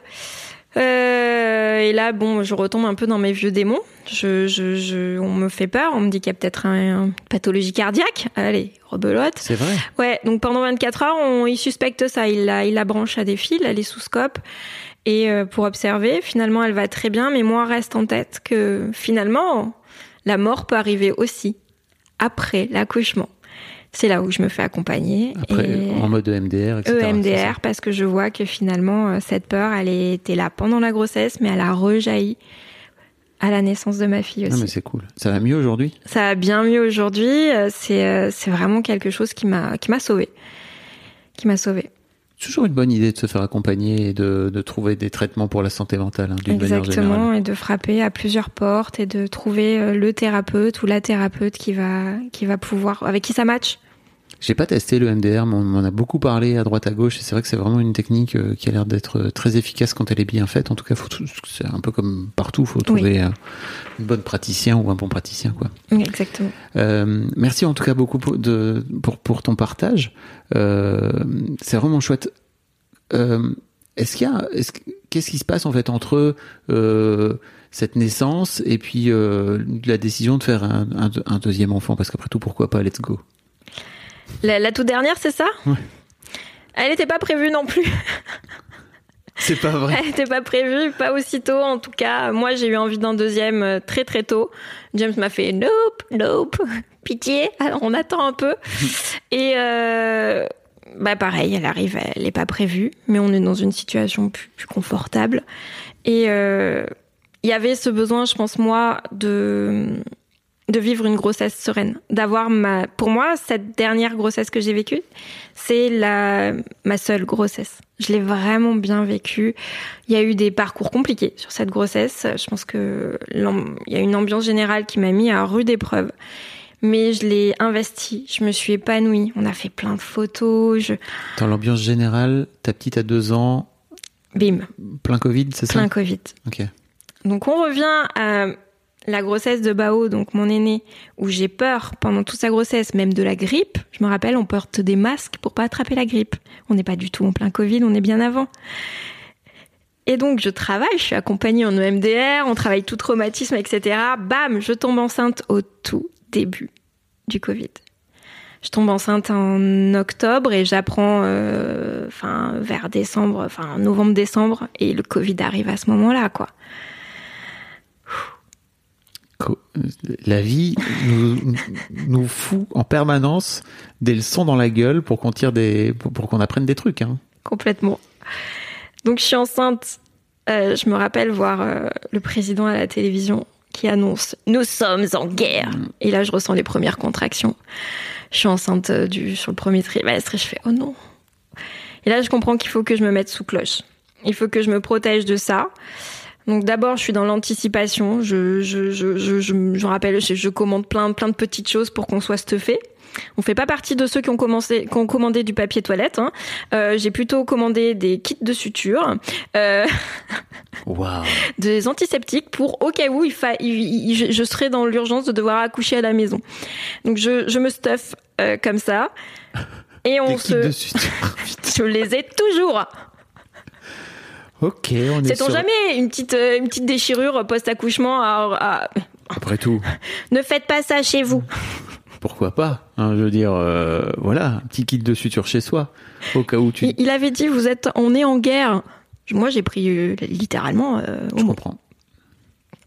Euh, et là, bon, je retombe un peu dans mes vieux démons. Je, je, je, on me fait peur. On me dit qu'il y a peut-être un, une pathologie cardiaque. Allez, rebelote. C'est vrai. Ouais. Donc pendant vingt-quatre heures, on, il suspecte ça. Il la, il la branche à des fils, elle est sous scope. Et euh, pour observer, finalement, elle va très bien. Mais moi, reste en tête que finalement, la mort peut arriver aussi après l'accouchement. C'est là où je me fais accompagner. Après, et en mode E M D R, et cetera. E M D R, parce que je vois que finalement, cette peur, elle était là pendant la grossesse, mais elle a rejailli à la naissance de ma fille aussi. Non, mais c'est cool. Ça va mieux aujourd'hui? Ça va bien mieux aujourd'hui. C'est, c'est vraiment quelque chose qui m'a, qui m'a sauvée. Qui m'a sauvée. C'est toujours une bonne idée de se faire accompagner et de, de trouver des traitements pour la santé mentale, hein, d'une manière générale. Exactement, et de frapper à plusieurs portes et de trouver le thérapeute ou la thérapeute qui va, qui va pouvoir, avec qui ça match. J'ai pas testé le M D R, mais on m'en a beaucoup parlé à droite à gauche, et c'est vrai que c'est vraiment une technique qui a l'air d'être très efficace quand elle est bien faite. En tout cas, faut, c'est un peu comme partout, faut trouver oui. un bon praticien ou un bon praticien, quoi. Exactement. Euh, merci en tout cas beaucoup pour, de, pour, pour ton partage. Euh, c'est vraiment chouette. Euh, est-ce qu'il y a, est-ce, qu'est-ce qui se passe en fait entre euh, cette naissance et puis euh, la décision de faire un, un, un deuxième enfant? Parce qu'après tout, pourquoi pas, let's go. La, la toute dernière, c'est ça? Ouais. Elle n'était pas prévue non plus. C'est pas vrai. Elle n'était pas prévue, pas aussitôt. En tout cas, moi, j'ai eu envie d'un deuxième très très tôt. James m'a fait nope, nope, pitié. Alors on attend un peu. Et euh, bah pareil, elle arrive, elle n'est pas prévue, mais on est dans une situation plus, plus confortable. Et euh, il y avait ce besoin, je pense moi, de de vivre une grossesse sereine, d'avoir ma, pour moi, cette dernière grossesse que j'ai vécue, c'est la, ma seule grossesse. Je l'ai vraiment bien vécue. Il y a eu des parcours compliqués sur cette grossesse. Je pense que il y a une ambiance générale qui m'a mis à rude épreuve. Mais je l'ai investie. Je me suis épanouie. On a fait plein de photos. Je... Dans l'ambiance générale, ta petite a deux ans. Bim. Plein Covid, c'est ça? Plein Covid. Ok. Donc on revient à la grossesse de Bao, donc mon aîné, où j'ai peur pendant toute sa grossesse, même de la grippe. Je me rappelle, on porte des masques pour pas attraper la grippe. On n'est pas du tout en plein Covid, on est bien avant. Et donc je travaille, je suis accompagnée en E M D R, on travaille tout traumatisme, et cetera. Bam, je tombe enceinte au tout début du Covid. Je tombe enceinte en octobre et j'apprends, euh, enfin vers décembre, enfin novembre-décembre, et le Covid arrive à ce moment-là, quoi. La vie nous, nous fout en permanence des leçons dans la gueule pour qu'on tire des, pour, pour qu'on apprenne des trucs, hein. Complètement. Donc je suis enceinte. Euh, je me rappelle voir euh, le président à la télévision qui annonce « Nous sommes en guerre ». Et là, je ressens les premières contractions. Je suis enceinte euh, du, sur le premier trimestre et je fais « Oh non ». Et là, je comprends qu'il faut que je me mette sous cloche. Il faut que je me protège de ça. Donc d'abord, je suis dans l'anticipation. Je, je, je, je, je, je rappelle, je, je commande plein, plein de petites choses pour qu'on soit stuffé. On fait pas partie de ceux qui ont, commencé, qui ont commandé du papier toilette. Hein. Euh, j'ai plutôt commandé des kits de suture, euh, wow. des antiseptiques pour au cas où il fa, il, il, je, je serais dans l'urgence de devoir accoucher à la maison. Donc je, je me stuff euh, comme ça. Et on des se. Kits de suture. Je les ai toujours. Ok, on est Sait-on sur... jamais une petite, une petite déchirure post-accouchement à, à... Après tout. Ne faites pas ça chez vous. Pourquoi pas, hein, je veux dire, euh, voilà, un petit kit de suture chez soi, au cas où tu... Il, il avait dit, vous êtes, on est en guerre. Moi, j'ai pris euh, littéralement... Euh, je comprends.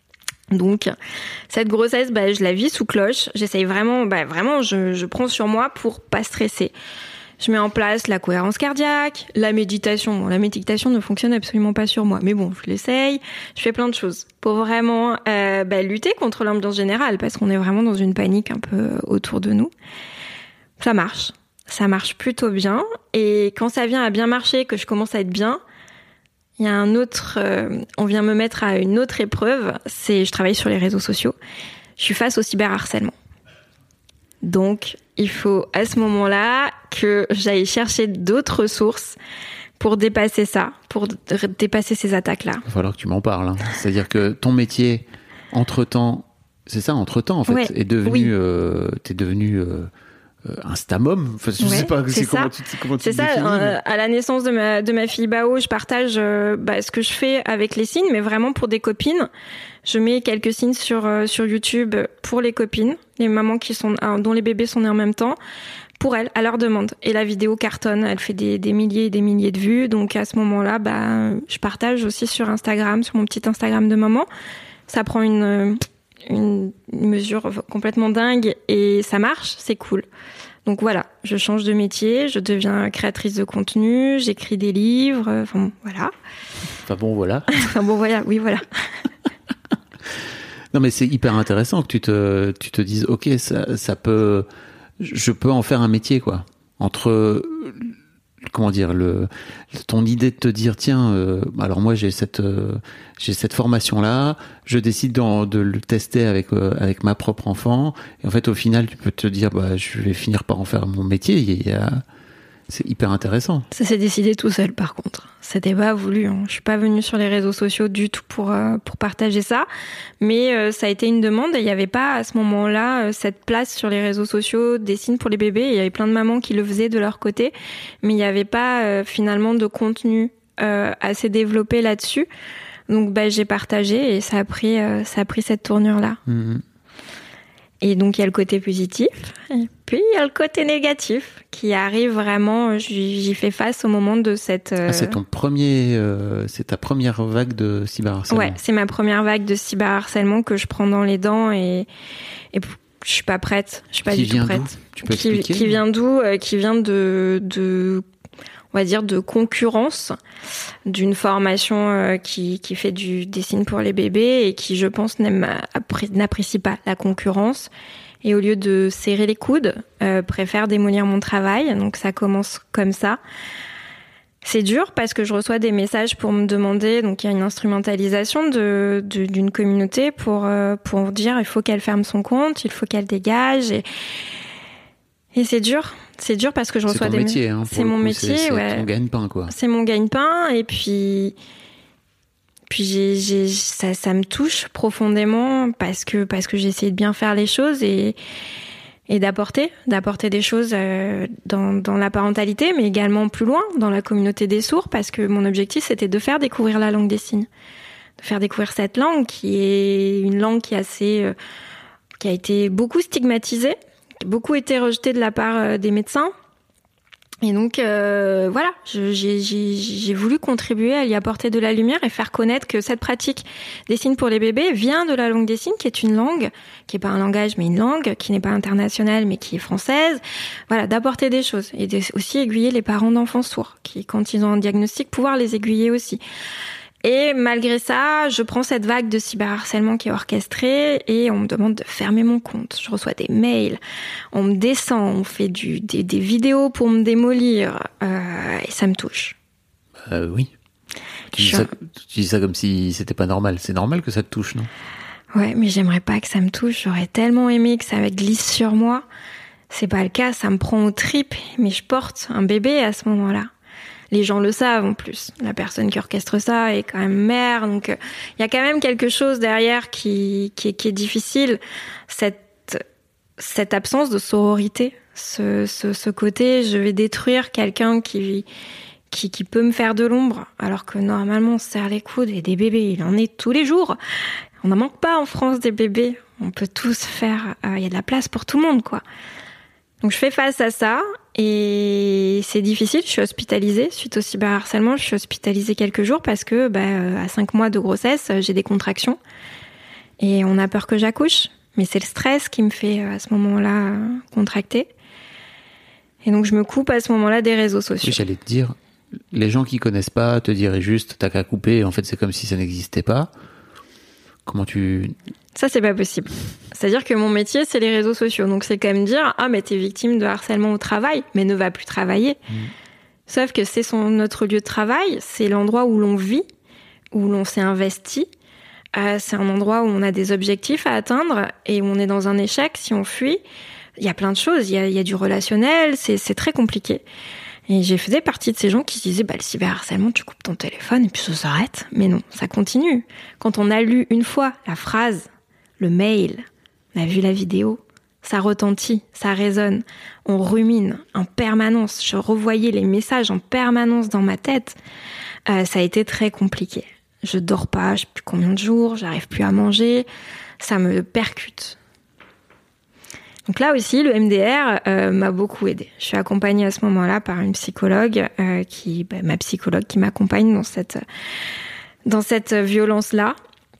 Donc, cette grossesse, bah, je la vis sous cloche. J'essaye vraiment, bah, vraiment, je, je prends sur moi pour pas stresser. Je mets en place la cohérence cardiaque, la méditation. Bon, la méditation ne fonctionne absolument pas sur moi, mais bon, je l'essaye. Je fais plein de choses pour vraiment euh, bah, lutter contre l'ambiance générale, parce qu'on est vraiment dans une panique un peu autour de nous. Ça marche, ça marche plutôt bien. Et quand ça vient à bien marcher, que je commence à être bien, il y a un autre, euh, on vient me mettre à une autre épreuve, c'est je travaille sur les réseaux sociaux. Je suis face au cyberharcèlement. Donc, il faut à ce moment-là que j'aille chercher d'autres sources pour dépasser ça, pour d- dépasser ces attaques-là. Il va falloir que tu m'en parles. Hein. C'est-à-dire que ton métier, entre-temps, c'est ça, entre-temps, en fait, Ouais, est devenu, oui. euh, t'es devenu euh, euh, un stamum. Enfin, je Ouais, sais pas c'est c'est comment ça. tu, comment tu C'est te ça, définis, euh, mais- à la naissance de ma, de ma fille Bao, je partage euh, bah, ce que je fais avec les signes, mais vraiment pour des copines. Je mets quelques signes sur, euh, sur YouTube pour les copines, les mamans qui sont, euh, dont les bébés sont nés en même temps, pour elles, à leur demande. Et la vidéo cartonne, elle fait des, des milliers et des milliers de vues. Donc à ce moment-là, bah, je partage aussi sur Instagram, sur mon petit Instagram de maman. Ça prend une, une mesure complètement dingue et ça marche, c'est cool. Donc voilà, je change de métier, je deviens créatrice de contenu, j'écris des livres, enfin bon, voilà. Enfin bon, voilà. Enfin bon, voilà, oui, voilà. Non, mais c'est hyper intéressant que tu te, tu te dises, ok, ça, ça peut, je peux en faire un métier, quoi. Entre, comment dire, le, ton idée de te dire, tiens, euh, alors moi j'ai cette, euh, j'ai cette formation-là, je décide d'en- de le tester avec, euh, avec ma propre enfant, et en fait, au final, tu peux te dire, bah, je vais finir par en faire mon métier. Il y a, c'est hyper intéressant. Ça s'est décidé tout seul, par contre. C'était pas voulu. Hein. Je suis pas venue sur les réseaux sociaux du tout pour euh, pour partager ça, mais euh, ça a été une demande et il y avait pas à ce moment-là euh, cette place sur les réseaux sociaux des signes pour les bébés. Il y avait plein de mamans qui le faisaient de leur côté, mais il y avait pas euh, finalement de contenu euh, assez développé là-dessus. Donc bah j'ai partagé et ça a pris euh, ça a pris cette tournure-là. Mmh. Et donc il y a le côté positif, et puis il y a le côté négatif qui arrive vraiment. J'y j'y fais face au moment de cette. euh, Ah, c'est ton premier, euh, c'est ta première vague de cyberharcèlement. Ouais, c'est ma première vague de cyberharcèlement que je prends dans les dents et et je suis pas prête. Je suis pas Qui du tout vient prête. d'où ? Tu peux qui, expliquer ? qui vient d'où euh, Qui vient de de on va dire de concurrence d'une formation euh, qui qui fait du des signes pour les bébés et qui je pense n'aime appré- n'apprécie pas la concurrence et au lieu de serrer les coudes euh, préfère démolir mon travail. Donc ça commence comme ça. C'est dur parce que je reçois des messages pour me demander, donc il y a une instrumentalisation de, de d'une communauté pour euh, pour dire il faut qu'elle ferme son compte, il faut qu'elle dégage et et c'est dur. C'est dur parce que je C'est reçois ton des métier, hein, pour c'est le mon coup, métier, c'est, c'est ouais. ton gagne-pain, quoi. C'est mon gagne-pain et puis puis j'ai j'ai ça ça me touche profondément parce que parce que j'ai essayé de bien faire les choses et et d'apporter d'apporter des choses euh, dans dans la parentalité mais également plus loin dans la communauté des sourds parce que mon objectif c'était de faire découvrir la langue des signes, de faire découvrir cette langue qui est une langue qui est assez euh, qui a été beaucoup stigmatisée, qui a beaucoup été rejetée de la part euh, des médecins. Et donc euh, voilà, je, j'ai, j'ai, j'ai voulu contribuer à y apporter de la lumière et faire connaître que cette pratique des signes pour les bébés vient de la langue des signes, qui est une langue, qui est pas un langage mais une langue, qui n'est pas internationale mais qui est française. Voilà, d'apporter des choses et de, aussi aiguiller les parents d'enfants sourds, qui quand ils ont un diagnostic, pouvoir les aiguiller aussi. Et malgré ça, je prends cette vague de cyberharcèlement qui est orchestrée et on me demande de fermer mon compte. Je reçois des mails, on me descend, on fait du, des, des vidéos pour me démolir euh, et ça me touche. Euh, oui. Tu dis, Je- ça, tu dis ça comme si c'était pas normal. C'est normal que ça te touche, non ? Ouais, mais j'aimerais pas que ça me touche. J'aurais tellement aimé que ça glisse sur moi. C'est pas le cas, ça me prend aux tripes. Mais je porte un bébé à ce moment-là. Les gens le savent en plus. La personne qui orchestre ça est quand même mère, donc il euh, y a quand même quelque chose derrière qui qui est, qui est difficile. Cette cette absence de sororité, ce ce, ce côté, je vais détruire quelqu'un qui qui qui peut me faire de l'ombre, alors que normalement on se serre les coudes et des bébés, il en est tous les jours. On n'en manque pas en France des bébés. On peut tous faire. Il euh, y a de la place pour tout le monde, quoi. Donc je fais face à ça et c'est difficile. Je suis hospitalisée suite au cyberharcèlement. Je suis hospitalisée quelques jours parce que bah, à cinq mois de grossesse, j'ai des contractions Et on a peur que j'accouche, mais c'est le stress qui me fait à ce moment-là contracter. Et donc je me coupe à ce moment-là des réseaux sociaux. Oui, j'allais te dire, les gens qui connaissent pas te diraient juste t'as qu'à couper, en fait c'est comme si ça n'existait pas. Comment tu... Ça, c'est pas possible. C'est-à-dire que mon métier, c'est les réseaux sociaux. Donc c'est comme dire, ah mais t'es victime de harcèlement au travail, mais ne va plus travailler. Mmh. Sauf que c'est son, notre lieu de travail, c'est l'endroit où l'on vit, où l'on s'est investi. Euh, c'est un endroit où on a des objectifs à atteindre et où on est dans un échec si on fuit. Il y a plein de choses, il y a, il y a du relationnel, c'est, c'est très compliqué. Et j'ai fait partie de ces gens qui se disaient bah, le cyberharcèlement, tu coupes ton téléphone et puis ça s'arrête. Mais non, ça continue. Quand on a lu une fois la phrase, le mail, on a vu la vidéo, ça retentit, ça résonne. On rumine en permanence. Je revoyais les messages en permanence dans ma tête. Euh, ça a été très compliqué. Je dors pas, je sais plus combien de jours, j'arrive plus à manger. Ça me percute. Donc là aussi, le M D R euh, m'a beaucoup aidée. Je suis accompagnée à ce moment-là par une psychologue, euh, qui, bah, ma psychologue qui m'accompagne dans cette, dans cette violence-là.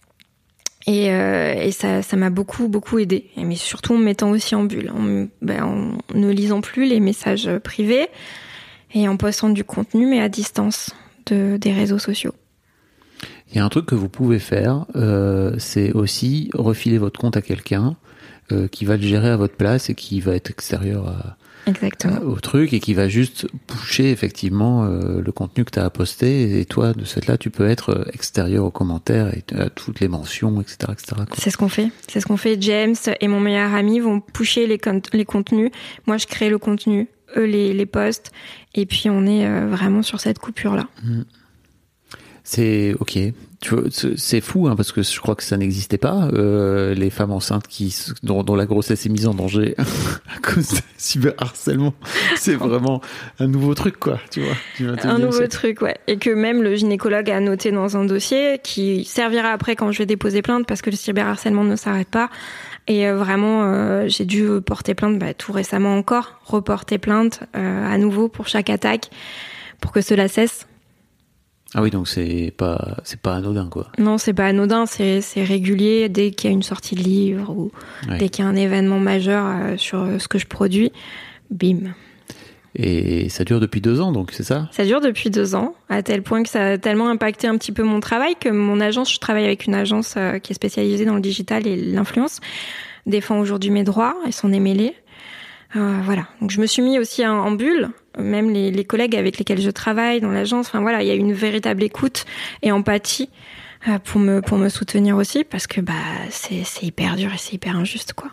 Et, euh, et ça, ça m'a beaucoup, beaucoup aidée. Mais surtout en me mettant aussi en bulle, en, ben, en ne lisant plus les messages privés et en postant du contenu, mais à distance de, des réseaux sociaux. Il y a un truc que vous pouvez faire, euh, c'est aussi refiler votre compte à quelqu'un euh, qui va le gérer à votre place et qui va être extérieur à, Exactement. à, au truc et qui va juste pusher effectivement euh, le contenu que tu as à poster. Et toi, de cette là, tu peux être extérieur aux commentaires et à toutes les mentions, et cetera, et cetera. C'est ce qu'on fait. C'est ce qu'on fait. James et mon meilleur ami vont pusher les, con- les contenus. Moi, je crée le contenu, eux les, les posts. Et puis, on est euh, vraiment sur cette coupure-là. Mmh. C'est ok. Tu vois, c'est fou hein, parce que je crois que ça n'existait pas. Euh, les femmes enceintes qui dont, dont la grossesse est mise en danger à cause de cyberharcèlement, c'est vraiment un nouveau truc quoi. Tu vois. Un nouveau siècle. truc, ouais. Et que même le gynécologue a noté dans un dossier qui servira après quand je vais déposer plainte parce que le cyberharcèlement ne s'arrête pas. Et euh, vraiment, euh, j'ai dû porter plainte bah, tout récemment encore, reporter plainte euh, à nouveau pour chaque attaque pour que cela cesse. Ah oui, donc c'est pas c'est pas anodin quoi. Non, c'est pas anodin, c'est c'est régulier dès qu'il y a une sortie de livre ou ouais. dès qu'il y a un événement majeur euh, sur ce que je produis, bim. Et ça dure depuis deux ans, donc c'est ça ? Ça dure depuis deux ans, à tel point que ça a tellement impacté un petit peu mon travail que mon agence, je travaille avec une agence euh, qui est spécialisée dans le digital et l'influence, défend aujourd'hui mes droits et s'en est mêlée. Euh, voilà, donc je me suis mis aussi en, en bulle. Même les, les collègues avec lesquels je travaille dans l'agence, enfin voilà, il y a une véritable écoute et empathie euh, pour me pour me soutenir aussi parce que bah c'est c'est hyper dur et c'est hyper injuste quoi.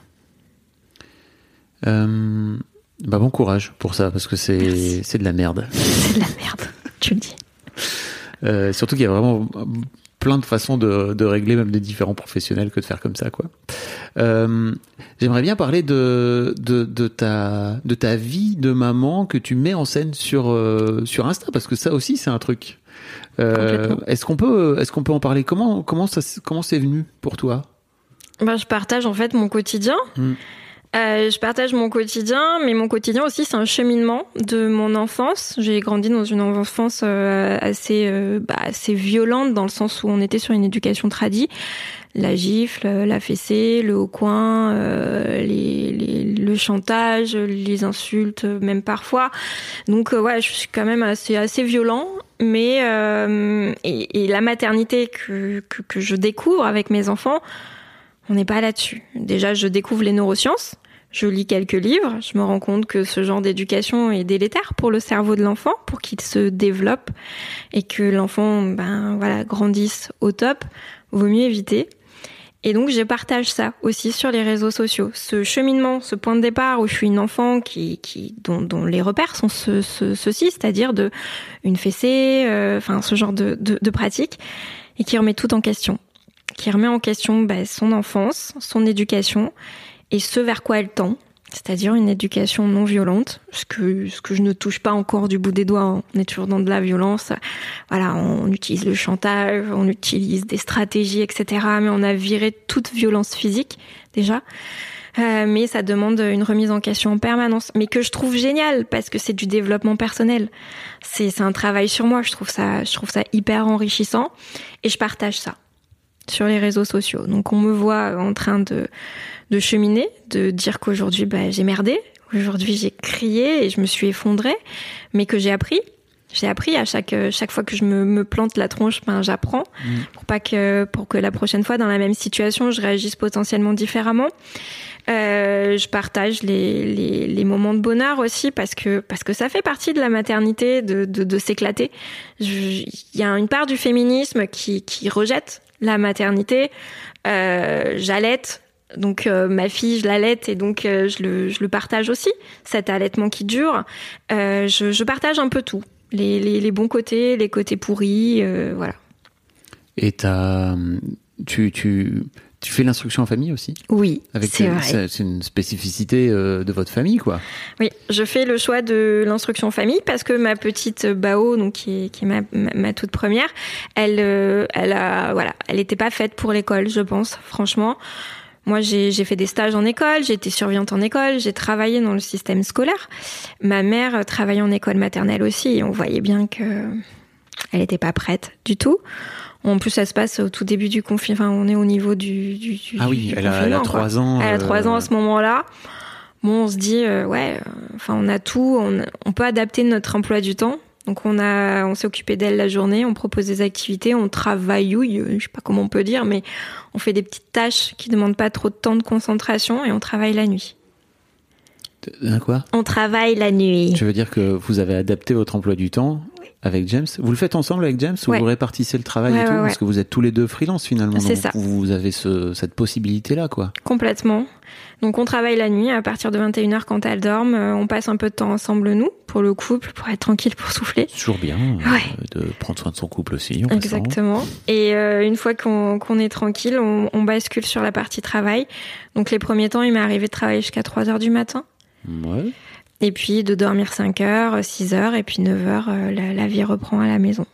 Euh, bah bon courage pour ça parce que c'est Merci. c'est de la merde. C'est de la merde, tu le dis. Euh, surtout qu'il y a vraiment plein de façons de, de régler même des différents professionnels que de faire comme ça quoi. Euh, j'aimerais bien parler de, de, de, ta, de ta vie de maman que tu mets en scène sur, euh, sur Insta parce que ça aussi c'est un truc. Euh, est-ce qu'on peut, est-ce qu'on peut en parler? Comment, comment ça, comment c'est venu pour toi? Ben, je partage en fait mon quotidien. Mmh. Euh, je partage mon quotidien, mais mon quotidien aussi, c'est un cheminement de mon enfance. J'ai grandi dans une enfance euh, assez, euh, bah, assez violente dans le sens où on était sur une éducation tradie. La gifle, la fessée, le haut coin, euh, les, les, le chantage, les insultes, même parfois. Donc euh, ouais, je suis quand même assez, assez violent. Mais euh, et, et la maternité que, que, que je découvre avec mes enfants, on n'est pas là-dessus. Déjà, je découvre les neurosciences. Je lis quelques livres, je me rends compte que ce genre d'éducation est délétère pour le cerveau de l'enfant, pour qu'il se développe et que l'enfant ben voilà grandisse au top, vaut mieux éviter. Et donc je partage ça aussi sur les réseaux sociaux. Ce cheminement, ce point de départ où je suis une enfant qui, qui dont, dont les repères sont ce, ce, ceux-ci, c'est-à-dire de une fessée, euh, enfin ce genre de, de, de pratique, et qui remet tout en question, qui remet en question ben, son enfance, son éducation. Et ce vers quoi elle tend, c'est-à-dire une éducation non violente, ce que, ce que je ne touche pas encore du bout des doigts, on est toujours dans de la violence, voilà, on utilise le chantage, on utilise des stratégies, et cetera, mais on a viré toute violence physique, déjà, euh, mais ça demande une remise en question en permanence, mais que je trouve génial, parce que c'est du développement personnel, c'est, c'est un travail sur moi, je trouve ça, je trouve ça hyper enrichissant, et je partage ça. sur les réseaux sociaux. Donc on me voit en train de, de cheminer, de dire qu'aujourd'hui bah, j'ai merdé, aujourd'hui j'ai crié et je me suis effondrée, mais que j'ai appris. J'ai appris à chaque chaque fois que je me, me plante la tronche, ben j'apprends mmh. pour pas que pour que la prochaine fois dans la même situation je réagisse potentiellement différemment. Euh, je partage les, les les moments de bonheur aussi parce que parce que ça fait partie de la maternité de de, de s'éclater. Il y a une part du féminisme qui qui rejette la maternité. Euh, j'allaite. Donc euh, ma fille, je l'allaite et donc euh, je le je le partage aussi, cet allaitement qui dure. Euh, je je partage un peu tout. Les, les, les bons côtés, les côtés pourris, euh, voilà. Et t'as, tu, tu, tu fais l'instruction en famille aussi ? Oui, avec c'est euh, vrai. C'est, c'est une spécificité euh, de votre famille, quoi. Oui, je fais le choix de l'instruction en famille parce que ma petite Bao, donc qui est, qui est ma, ma, ma toute première, elle, euh, elle a, voilà, elle était pas faite pour l'école, je pense, franchement. Moi, j'ai, j'ai fait des stages en école, j'ai été surveillante en école, j'ai travaillé dans le système scolaire. Ma mère travaillait en école maternelle aussi et on voyait bien que elle était pas prête du tout. En plus, ça se passe au tout début du confinement. Enfin, on est au niveau du, du, du ah oui, du elle, a, elle a trois ans. Elle a trois euh... ans à ce moment-là. Bon, on se dit, euh, ouais, enfin, on a tout, on, on peut adapter notre emploi du temps. Donc on a, on s'est occupé d'elle la journée, on propose des activités, on travaille, je sais pas comment on peut dire, mais on fait des petites tâches qui demandent pas trop de temps de concentration et on travaille la nuit. Hein, quoi ? On travaille la nuit. Tu veux dire que vous avez adapté votre emploi du temps avec James ? Vous le faites ensemble avec James ou ouais. vous répartissez le travail ouais, et tout ? ouais, ouais. Parce que vous êtes tous les deux freelance finalement. C'est donc ça. Vous avez ce, cette possibilité-là, quoi. Complètement. Donc on travaille la nuit à partir de vingt et une heures quand elle dorme. On passe un peu de temps ensemble, nous, pour le couple, pour être tranquille, pour souffler. C'est toujours bien ouais. euh, de prendre soin de son couple aussi. En Exactement. passant. Et euh, une fois qu'on, qu'on est tranquille, on, on bascule sur la partie travail. Donc les premiers temps, il m'est arrivé de travailler jusqu'à trois heures du matin. Ouais. Et puis de dormir cinq heures, six heures, et puis neuf heures, euh, la, la vie reprend à la maison.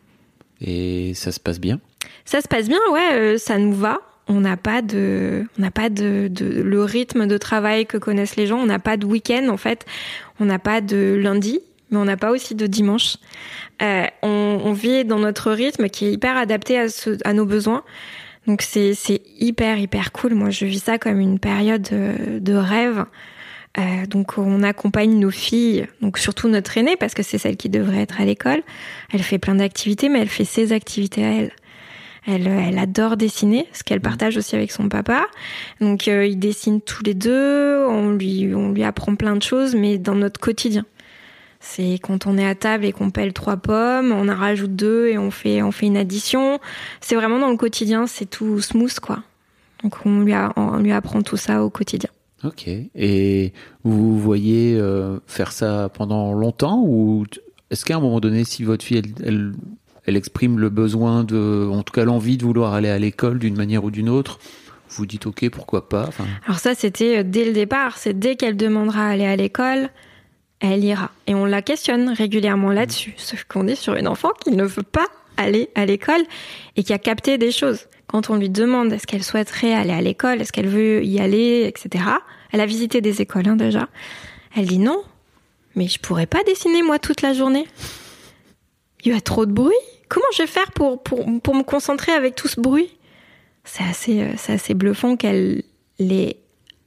Et ça se passe bien ? Ça se passe bien, ouais, euh, ça nous va. On n'a pas de, on n'a pas de, de le rythme de travail que connaissent les gens. On n'a pas de week-end en fait. On n'a pas de lundi, mais on n'a pas aussi de dimanche. Euh, on, on vit dans notre rythme qui est hyper adapté à, ce, à nos besoins. Donc c'est, c'est hyper hyper cool. Moi, je vis ça comme une période de, de rêve. Euh, donc on accompagne nos filles, donc surtout notre aînée parce que c'est celle qui devrait être à l'école. Elle fait plein d'activités, mais elle fait ses activités à elle. Elle, elle adore dessiner, ce qu'elle partage aussi avec son papa. Donc euh, ils dessinent tous les deux, on lui, on lui apprend plein de choses, mais dans notre quotidien. C'est quand on est à table et qu'on pèle trois pommes, on en rajoute deux et on fait, on fait une addition. C'est vraiment dans le quotidien, c'est tout smooth, quoi. Donc on lui, a, on lui apprend tout ça au quotidien. Ok. Et vous voyez euh, faire ça pendant longtemps ou est-ce qu'à un moment donné, si votre fille, elle, elle, elle exprime le besoin de, en tout cas l'envie de vouloir aller à l'école d'une manière ou d'une autre, vous dites ok, pourquoi pas. Enfin... Alors ça, c'était dès le départ. C'est dès qu'elle demandera à aller à l'école, elle ira. Et on la questionne régulièrement là-dessus. Sauf qu'on est sur une enfant qui ne veut pas aller à l'école et qui a capté des choses. Quand on lui demande est-ce qu'elle souhaiterait aller à l'école, est-ce qu'elle veut y aller, et cetera. Elle a visité des écoles hein, déjà. Elle dit non, mais je pourrais pas dessiner moi toute la journée. Il y a trop de bruit. Comment je vais faire pour, pour, pour me concentrer avec tout ce bruit ? C'est assez, c'est assez bluffant qu'elle ait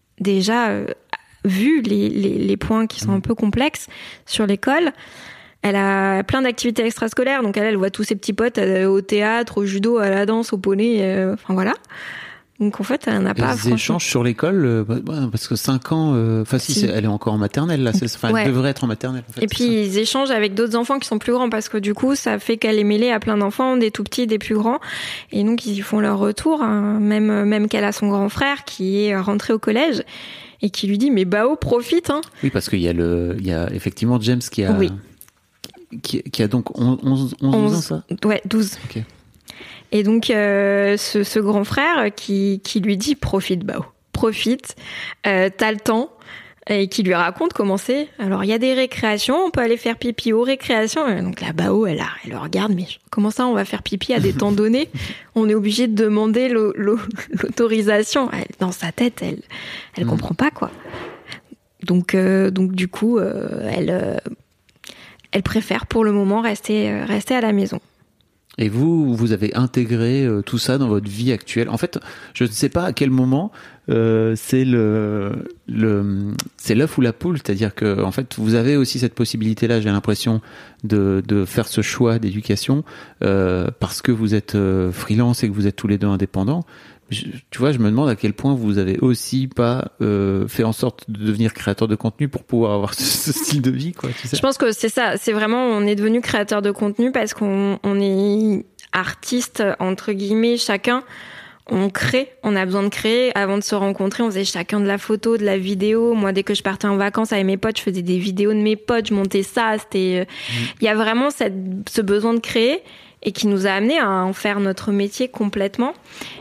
déjà euh, vu les, les, les points qui sont un peu complexes sur l'école. Elle a plein d'activités extrascolaires, donc elle, elle voit tous ses petits potes euh, au théâtre, au judo, à la danse, au poney, euh, enfin voilà. Donc en fait, elle n'a pas... Les échanges sur l'école, euh, bah, parce que cinq ans, enfin euh, si, si. Elle est encore en maternelle, là, c'est, enfin, ouais. Elle devrait être en maternelle. En fait, et puis ça. Ils échangent avec d'autres enfants qui sont plus grands, parce que du coup, ça fait qu'elle est mêlée à plein d'enfants, des tout petits, des plus grands, et donc ils font leur retour, hein, même, même qu'elle a son grand frère qui est rentré au collège, et qui lui dit, mais Bao, profite hein. Oui, parce qu'il y a, le, il y a effectivement James qui a... Oui. Qui, qui a donc onze, onze, onze ans, ça ? Ouais, douze. Ok. Et donc, euh, ce, ce grand frère qui, qui lui dit « Profite, Bao, profite, euh, t'as le temps ». Et qui lui raconte comment c'est. Alors, il y a des récréations, on peut aller faire pipi aux récréations. Et donc, la Bao, elle, elle le regarde, mais comment ça, on va faire pipi à des temps donnés ? On est obligé de demander l'au, l'au, l'autorisation. Elle, dans sa tête, elle elle mmh. comprend pas, quoi. Donc, euh, donc du coup, euh, elle... Euh, Elle préfère pour le moment rester, rester à la maison. Et vous, vous avez intégré euh, tout ça dans votre vie actuelle. En fait, je ne sais pas à quel moment euh, c'est le, le, c'est l'œuf ou la poule. C'est-à-dire que, en fait, vous avez aussi cette possibilité-là. J'ai l'impression de, de faire ce choix d'éducation euh, parce que vous êtes euh, freelance et que vous êtes tous les deux indépendants. Je, tu vois, je me demande à quel point vous avez aussi pas euh, fait en sorte de devenir créateur de contenu pour pouvoir avoir ce, ce style de vie, quoi. Tu sais. Je pense que c'est ça. C'est vraiment, on est devenu créateur de contenu parce qu'on on est artiste entre guillemets chacun. On crée, on a besoin de créer. Avant de se rencontrer, on faisait chacun de la photo, de la vidéo. Moi, dès que je partais en vacances avec mes potes, je faisais des vidéos de mes potes, je montais ça. C'était, il mmh. y a vraiment cette, ce besoin de créer et qui nous a amené à en faire notre métier complètement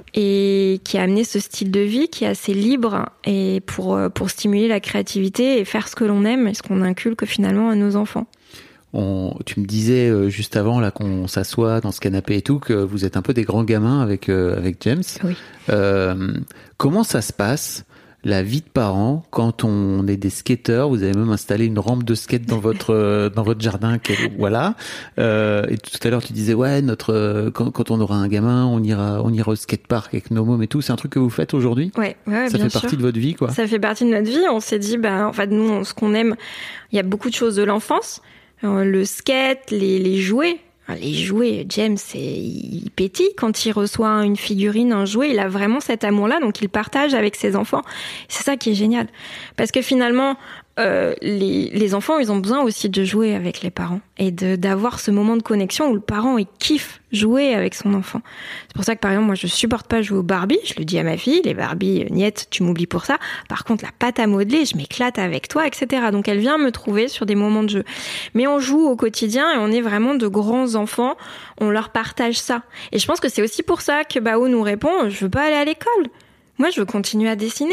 et qui a amené ce style de vie qui est assez libre et pour pour stimuler la créativité et faire ce que l'on aime et ce qu'on inculque finalement à nos enfants. On, tu me disais euh, juste avant là qu'on s'assoit dans ce canapé et tout que vous êtes un peu des grands gamins avec euh, avec James. Oui. Euh, comment ça se passe la vie de parents quand on est des skateurs? Vous avez même installé une rampe de skate dans votre euh, dans votre jardin. Quel, voilà. Euh, et tout à l'heure tu disais ouais notre euh, quand, quand on aura un gamin on ira on ira au skatepark avec nos mômes et tout. C'est un truc que vous faites aujourd'hui? Ouais, ouais, ça bien fait partie sûr. de votre vie quoi. Ça fait partie de notre vie. On s'est dit bah en fait nous ce qu'on aime, il y a beaucoup de choses de l'enfance. Le skate, les, les jouets. Les jouets, James, il pétille quand il reçoit une figurine, un jouet. Il a vraiment cet amour-là, donc il partage avec ses enfants. C'est ça qui est génial. Parce que finalement, euh, les, les enfants, ils ont besoin aussi de jouer avec les parents et de d'avoir ce moment de connexion où le parent, il kiffe jouer avec son enfant. C'est pour ça que, par exemple, moi, je supporte pas jouer aux Barbie. Je le dis à ma fille, les Barbie, niette, tu m'oublies pour ça. Par contre, la pâte à modeler, je m'éclate avec toi, et cetera. Donc, elle vient me trouver sur des moments de jeu. Mais on joue au quotidien et on est vraiment de grands enfants. On leur partage ça. Et je pense que c'est aussi pour ça que Bao nous répond, je veux pas aller à l'école. Moi, je veux continuer à dessiner.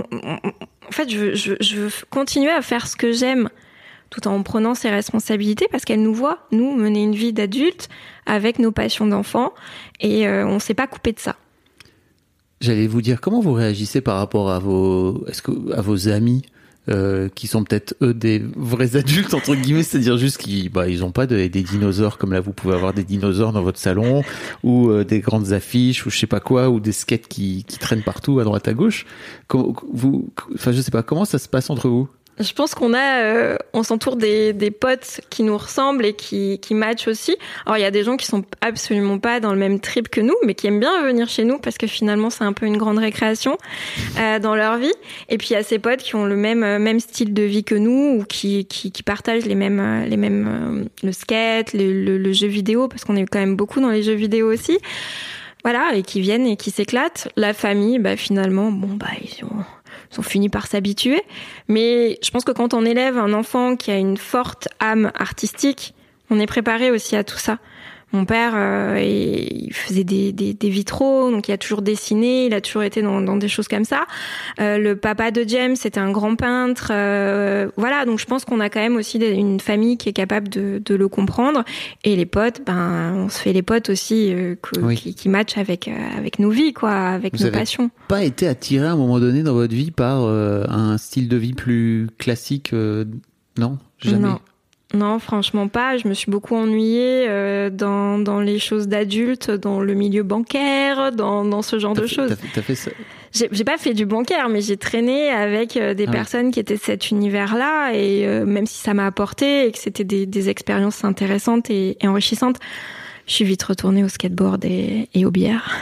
En fait, je veux, je, veux, je veux continuer à faire ce que j'aime tout en prenant ses responsabilités parce qu'elle nous voit, nous, mener une vie d'adulte avec nos passions d'enfant et euh, on s'est pas coupé de ça. J'allais vous dire, comment vous réagissez par rapport à vos, est-ce que, à vos amis euh, qui sont peut-être eux des vrais adultes entre guillemets, c'est-à-dire juste qu'ils bah ils ont pas de, des dinosaures comme là vous pouvez avoir des dinosaures dans votre salon ou euh, des grandes affiches ou je sais pas quoi ou des skates qui qui traînent partout à droite à gauche. Comment, vous, enfin je sais pas comment ça se passe entre vous. Je pense qu'on a, euh, on s'entoure des, des potes qui nous ressemblent et qui, qui matchent aussi. Alors il y a des gens qui sont absolument pas dans le même trip que nous, mais qui aiment bien venir chez nous parce que finalement c'est un peu une grande récréation euh, dans leur vie. Et puis il y a ces potes qui ont le même même style de vie que nous ou qui qui, qui partagent les mêmes les mêmes euh, le skate, le, le, le jeu vidéo parce qu'on est quand même beaucoup dans les jeux vidéo aussi. Voilà, et qui viennent et qui s'éclatent. La famille, bah finalement, bon bah ils ont Ils ont fini par s'habituer. Mais je pense que quand on élève un enfant qui a une forte âme artistique, on est préparé aussi à tout ça. Mon père, euh, il faisait des, des, des vitraux, donc il a toujours dessiné, il a toujours été dans, dans des choses comme ça. Euh, le papa de James, c'était un grand peintre. Euh, voilà, donc je pense qu'on a quand même aussi des, une famille qui est capable de, de le comprendre. Et les potes, ben, on se fait les potes aussi euh, que, oui. qui, qui matchent avec, euh, avec nos vies, quoi, avec Vous nos avez passions. Pas été attiré à un moment donné dans votre vie par euh, un style de vie plus classique euh, non, jamais. Non. Non, franchement pas. Je me suis beaucoup ennuyée euh, dans dans les choses d'adultes, dans le milieu bancaire, dans dans ce genre t'as de fait, choses. T'as fait, t'as fait ça. J'ai, j'ai pas fait du bancaire, mais j'ai traîné avec euh, des ah personnes oui. qui étaient de cet univers-là, et euh, même si ça m'a apporté et que c'était des des expériences intéressantes et, et enrichissantes, je suis vite retournée au skateboard et, et aux bières.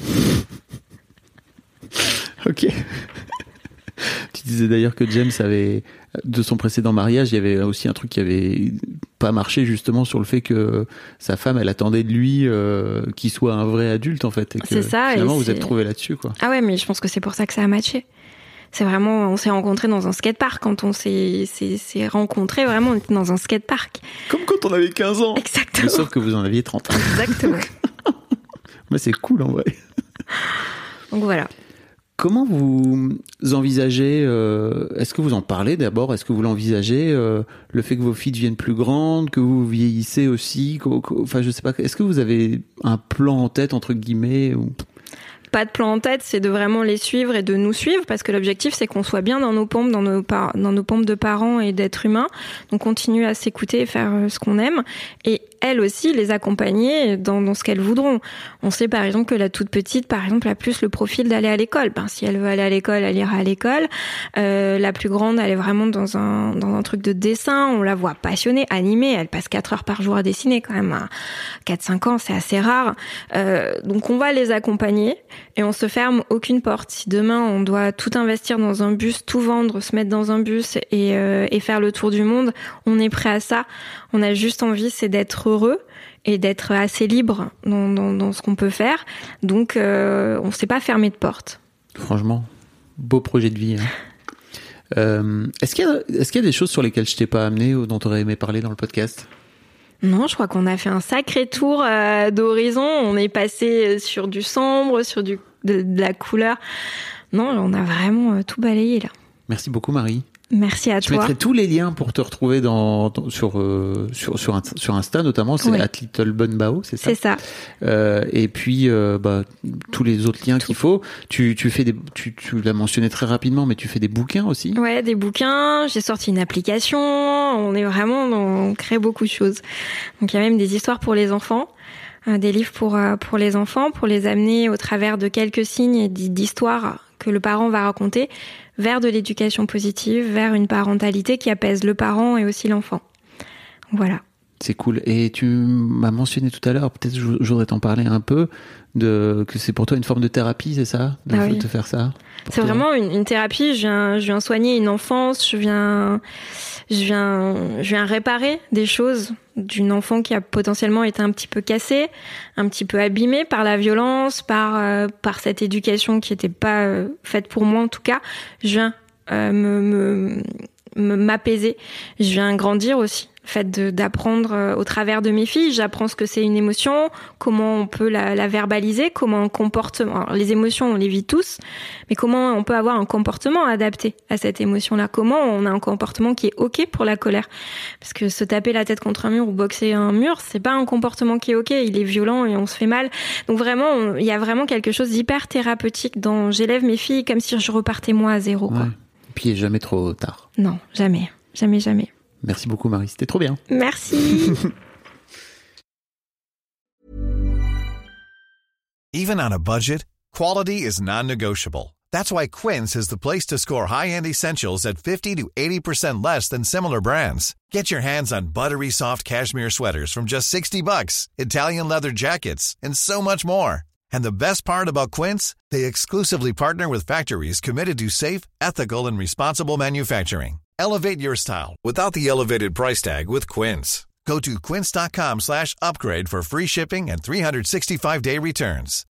Ok. Tu disais d'ailleurs que James avait, de son précédent mariage, il y avait aussi un truc qui avait pas marché justement sur le fait que sa femme, elle attendait de lui euh, qu'il soit un vrai adulte en fait. Et que c'est ça. Finalement, et vous c'est... êtes trouvés là-dessus quoi. Ah ouais, mais je pense que c'est pour ça que ça a matché. C'est vraiment, on s'est rencontrés dans un skatepark. Quand on s'est, s'est, s'est rencontrés, vraiment, on était dans un skatepark. Comme quand on avait quinze ans. Exactement. Mais sauf que vous en aviez trente. Exactement. Mais c'est cool en vrai. Donc voilà. Comment vous envisagez, euh, est-ce que vous en parlez d'abord, est-ce que vous l'envisagez, euh, le fait que vos filles deviennent plus grandes, que vous vieillissez aussi, qu'au, qu'au, enfin je sais pas, est-ce que vous avez un plan en tête entre guillemets ou... pas de plan en tête, c'est de vraiment les suivre et de nous suivre, parce que l'objectif, c'est qu'on soit bien dans nos pompes, dans nos, par- dans nos pompes de parents et d'êtres humains. Donc, continuer à s'écouter et faire ce qu'on aime. Et elles aussi, les accompagner dans, dans ce qu'elles voudront. On sait, par exemple, que la toute petite, par exemple, a plus le profil d'aller à l'école. Ben, si elle veut aller à l'école, elle ira à l'école. Euh, la plus grande, elle est vraiment dans un, dans un truc de dessin. On la voit passionnée, animée. Elle passe quatre heures par jour à dessiner, quand même. À quatre cinq ans, c'est assez rare. Euh, donc, on va les accompagner et on se ferme aucune porte. Si demain, on doit tout investir dans un bus, tout vendre, se mettre dans un bus et, euh, et faire le tour du monde, on est prêt à ça. On a juste envie, c'est d'être heureux et d'être assez libre dans, dans, dans ce qu'on peut faire. Donc, euh, on ne s'est pas fermé de porte. Franchement, beau projet de vie. Hein. Euh, est-ce qu'il y a, est-ce qu'il y a des choses sur lesquelles je t'ai pas amené ou dont tu aurais aimé parler dans le podcast ? Non, je crois qu'on a fait un sacré tour euh, d'horizon. On est passé sur du sombre, sur du, de, de la couleur. Non, on a vraiment euh, tout balayé là. Merci beaucoup, Marie. Merci à je toi. Je mettrai tous les liens pour te retrouver dans, dans sur, euh, sur sur sur Insta notamment, c'est ouais. at littlebunbao, c'est ça. C'est ça. Euh, et puis euh, bah tous les autres liens tout. qu'il faut. Tu tu fais des tu tu l'as mentionné très rapidement, mais tu fais des bouquins aussi. Ouais, des bouquins. J'ai sorti une application. On est vraiment on crée beaucoup de choses. Donc il y a même des histoires pour les enfants. Des livres pour pour les enfants, pour les amener au travers de quelques signes et d'histoires que le parent va raconter vers de l'éducation positive, vers une parentalité qui apaise le parent et aussi l'enfant. Voilà. C'est cool. Et tu m'as mentionné tout à l'heure, peut-être je voudrais t'en parler un peu, de que c'est pour toi une forme de thérapie, c'est ça, de, ah oui. de faire ça. C'est toi. Vraiment une, une thérapie. Je viens, je viens soigner une enfance. Je viens, je viens, je viens réparer des choses d'une enfant qui a potentiellement été un petit peu cassée, un petit peu abîmée par la violence, par euh, par cette éducation qui n'était pas euh, faite pour moi en tout cas. Je viens euh, me, me, me m'apaiser. Je viens grandir aussi. Le fait de, d'apprendre euh, au travers de mes filles, j'apprends ce que c'est une émotion, comment on peut la, la verbaliser, comment un comportement. Alors, les émotions, on les vit tous, mais comment on peut avoir un comportement adapté à cette émotion-là. Comment on a un comportement qui est ok pour la colère. Parce que se taper la tête contre un mur ou boxer un mur, c'est pas un comportement qui est ok. Il est violent et on se fait mal. Donc vraiment, il y a vraiment quelque chose d'hyper thérapeutique dans j'élève mes filles comme si je repartais moi à zéro. Quoi. Ouais. Et puis il n'est jamais trop tard. Non, jamais, jamais, jamais. Merci beaucoup Marie, c'était trop bien. Merci. Even on a budget, quality is non-negotiable. That's why Quince is the place to score high-end essentials at fifty to eighty percent less than similar brands. Get your hands on buttery soft cashmere sweaters from just sixty bucks, Italian leather jackets, and so much more. And the best part about Quince, they exclusively partner with factories committed to safe, ethical, and responsible manufacturing. Elevate your style without the elevated price tag with Quince. Go to quince.com slash upgrade for free shipping and three sixty-five day returns.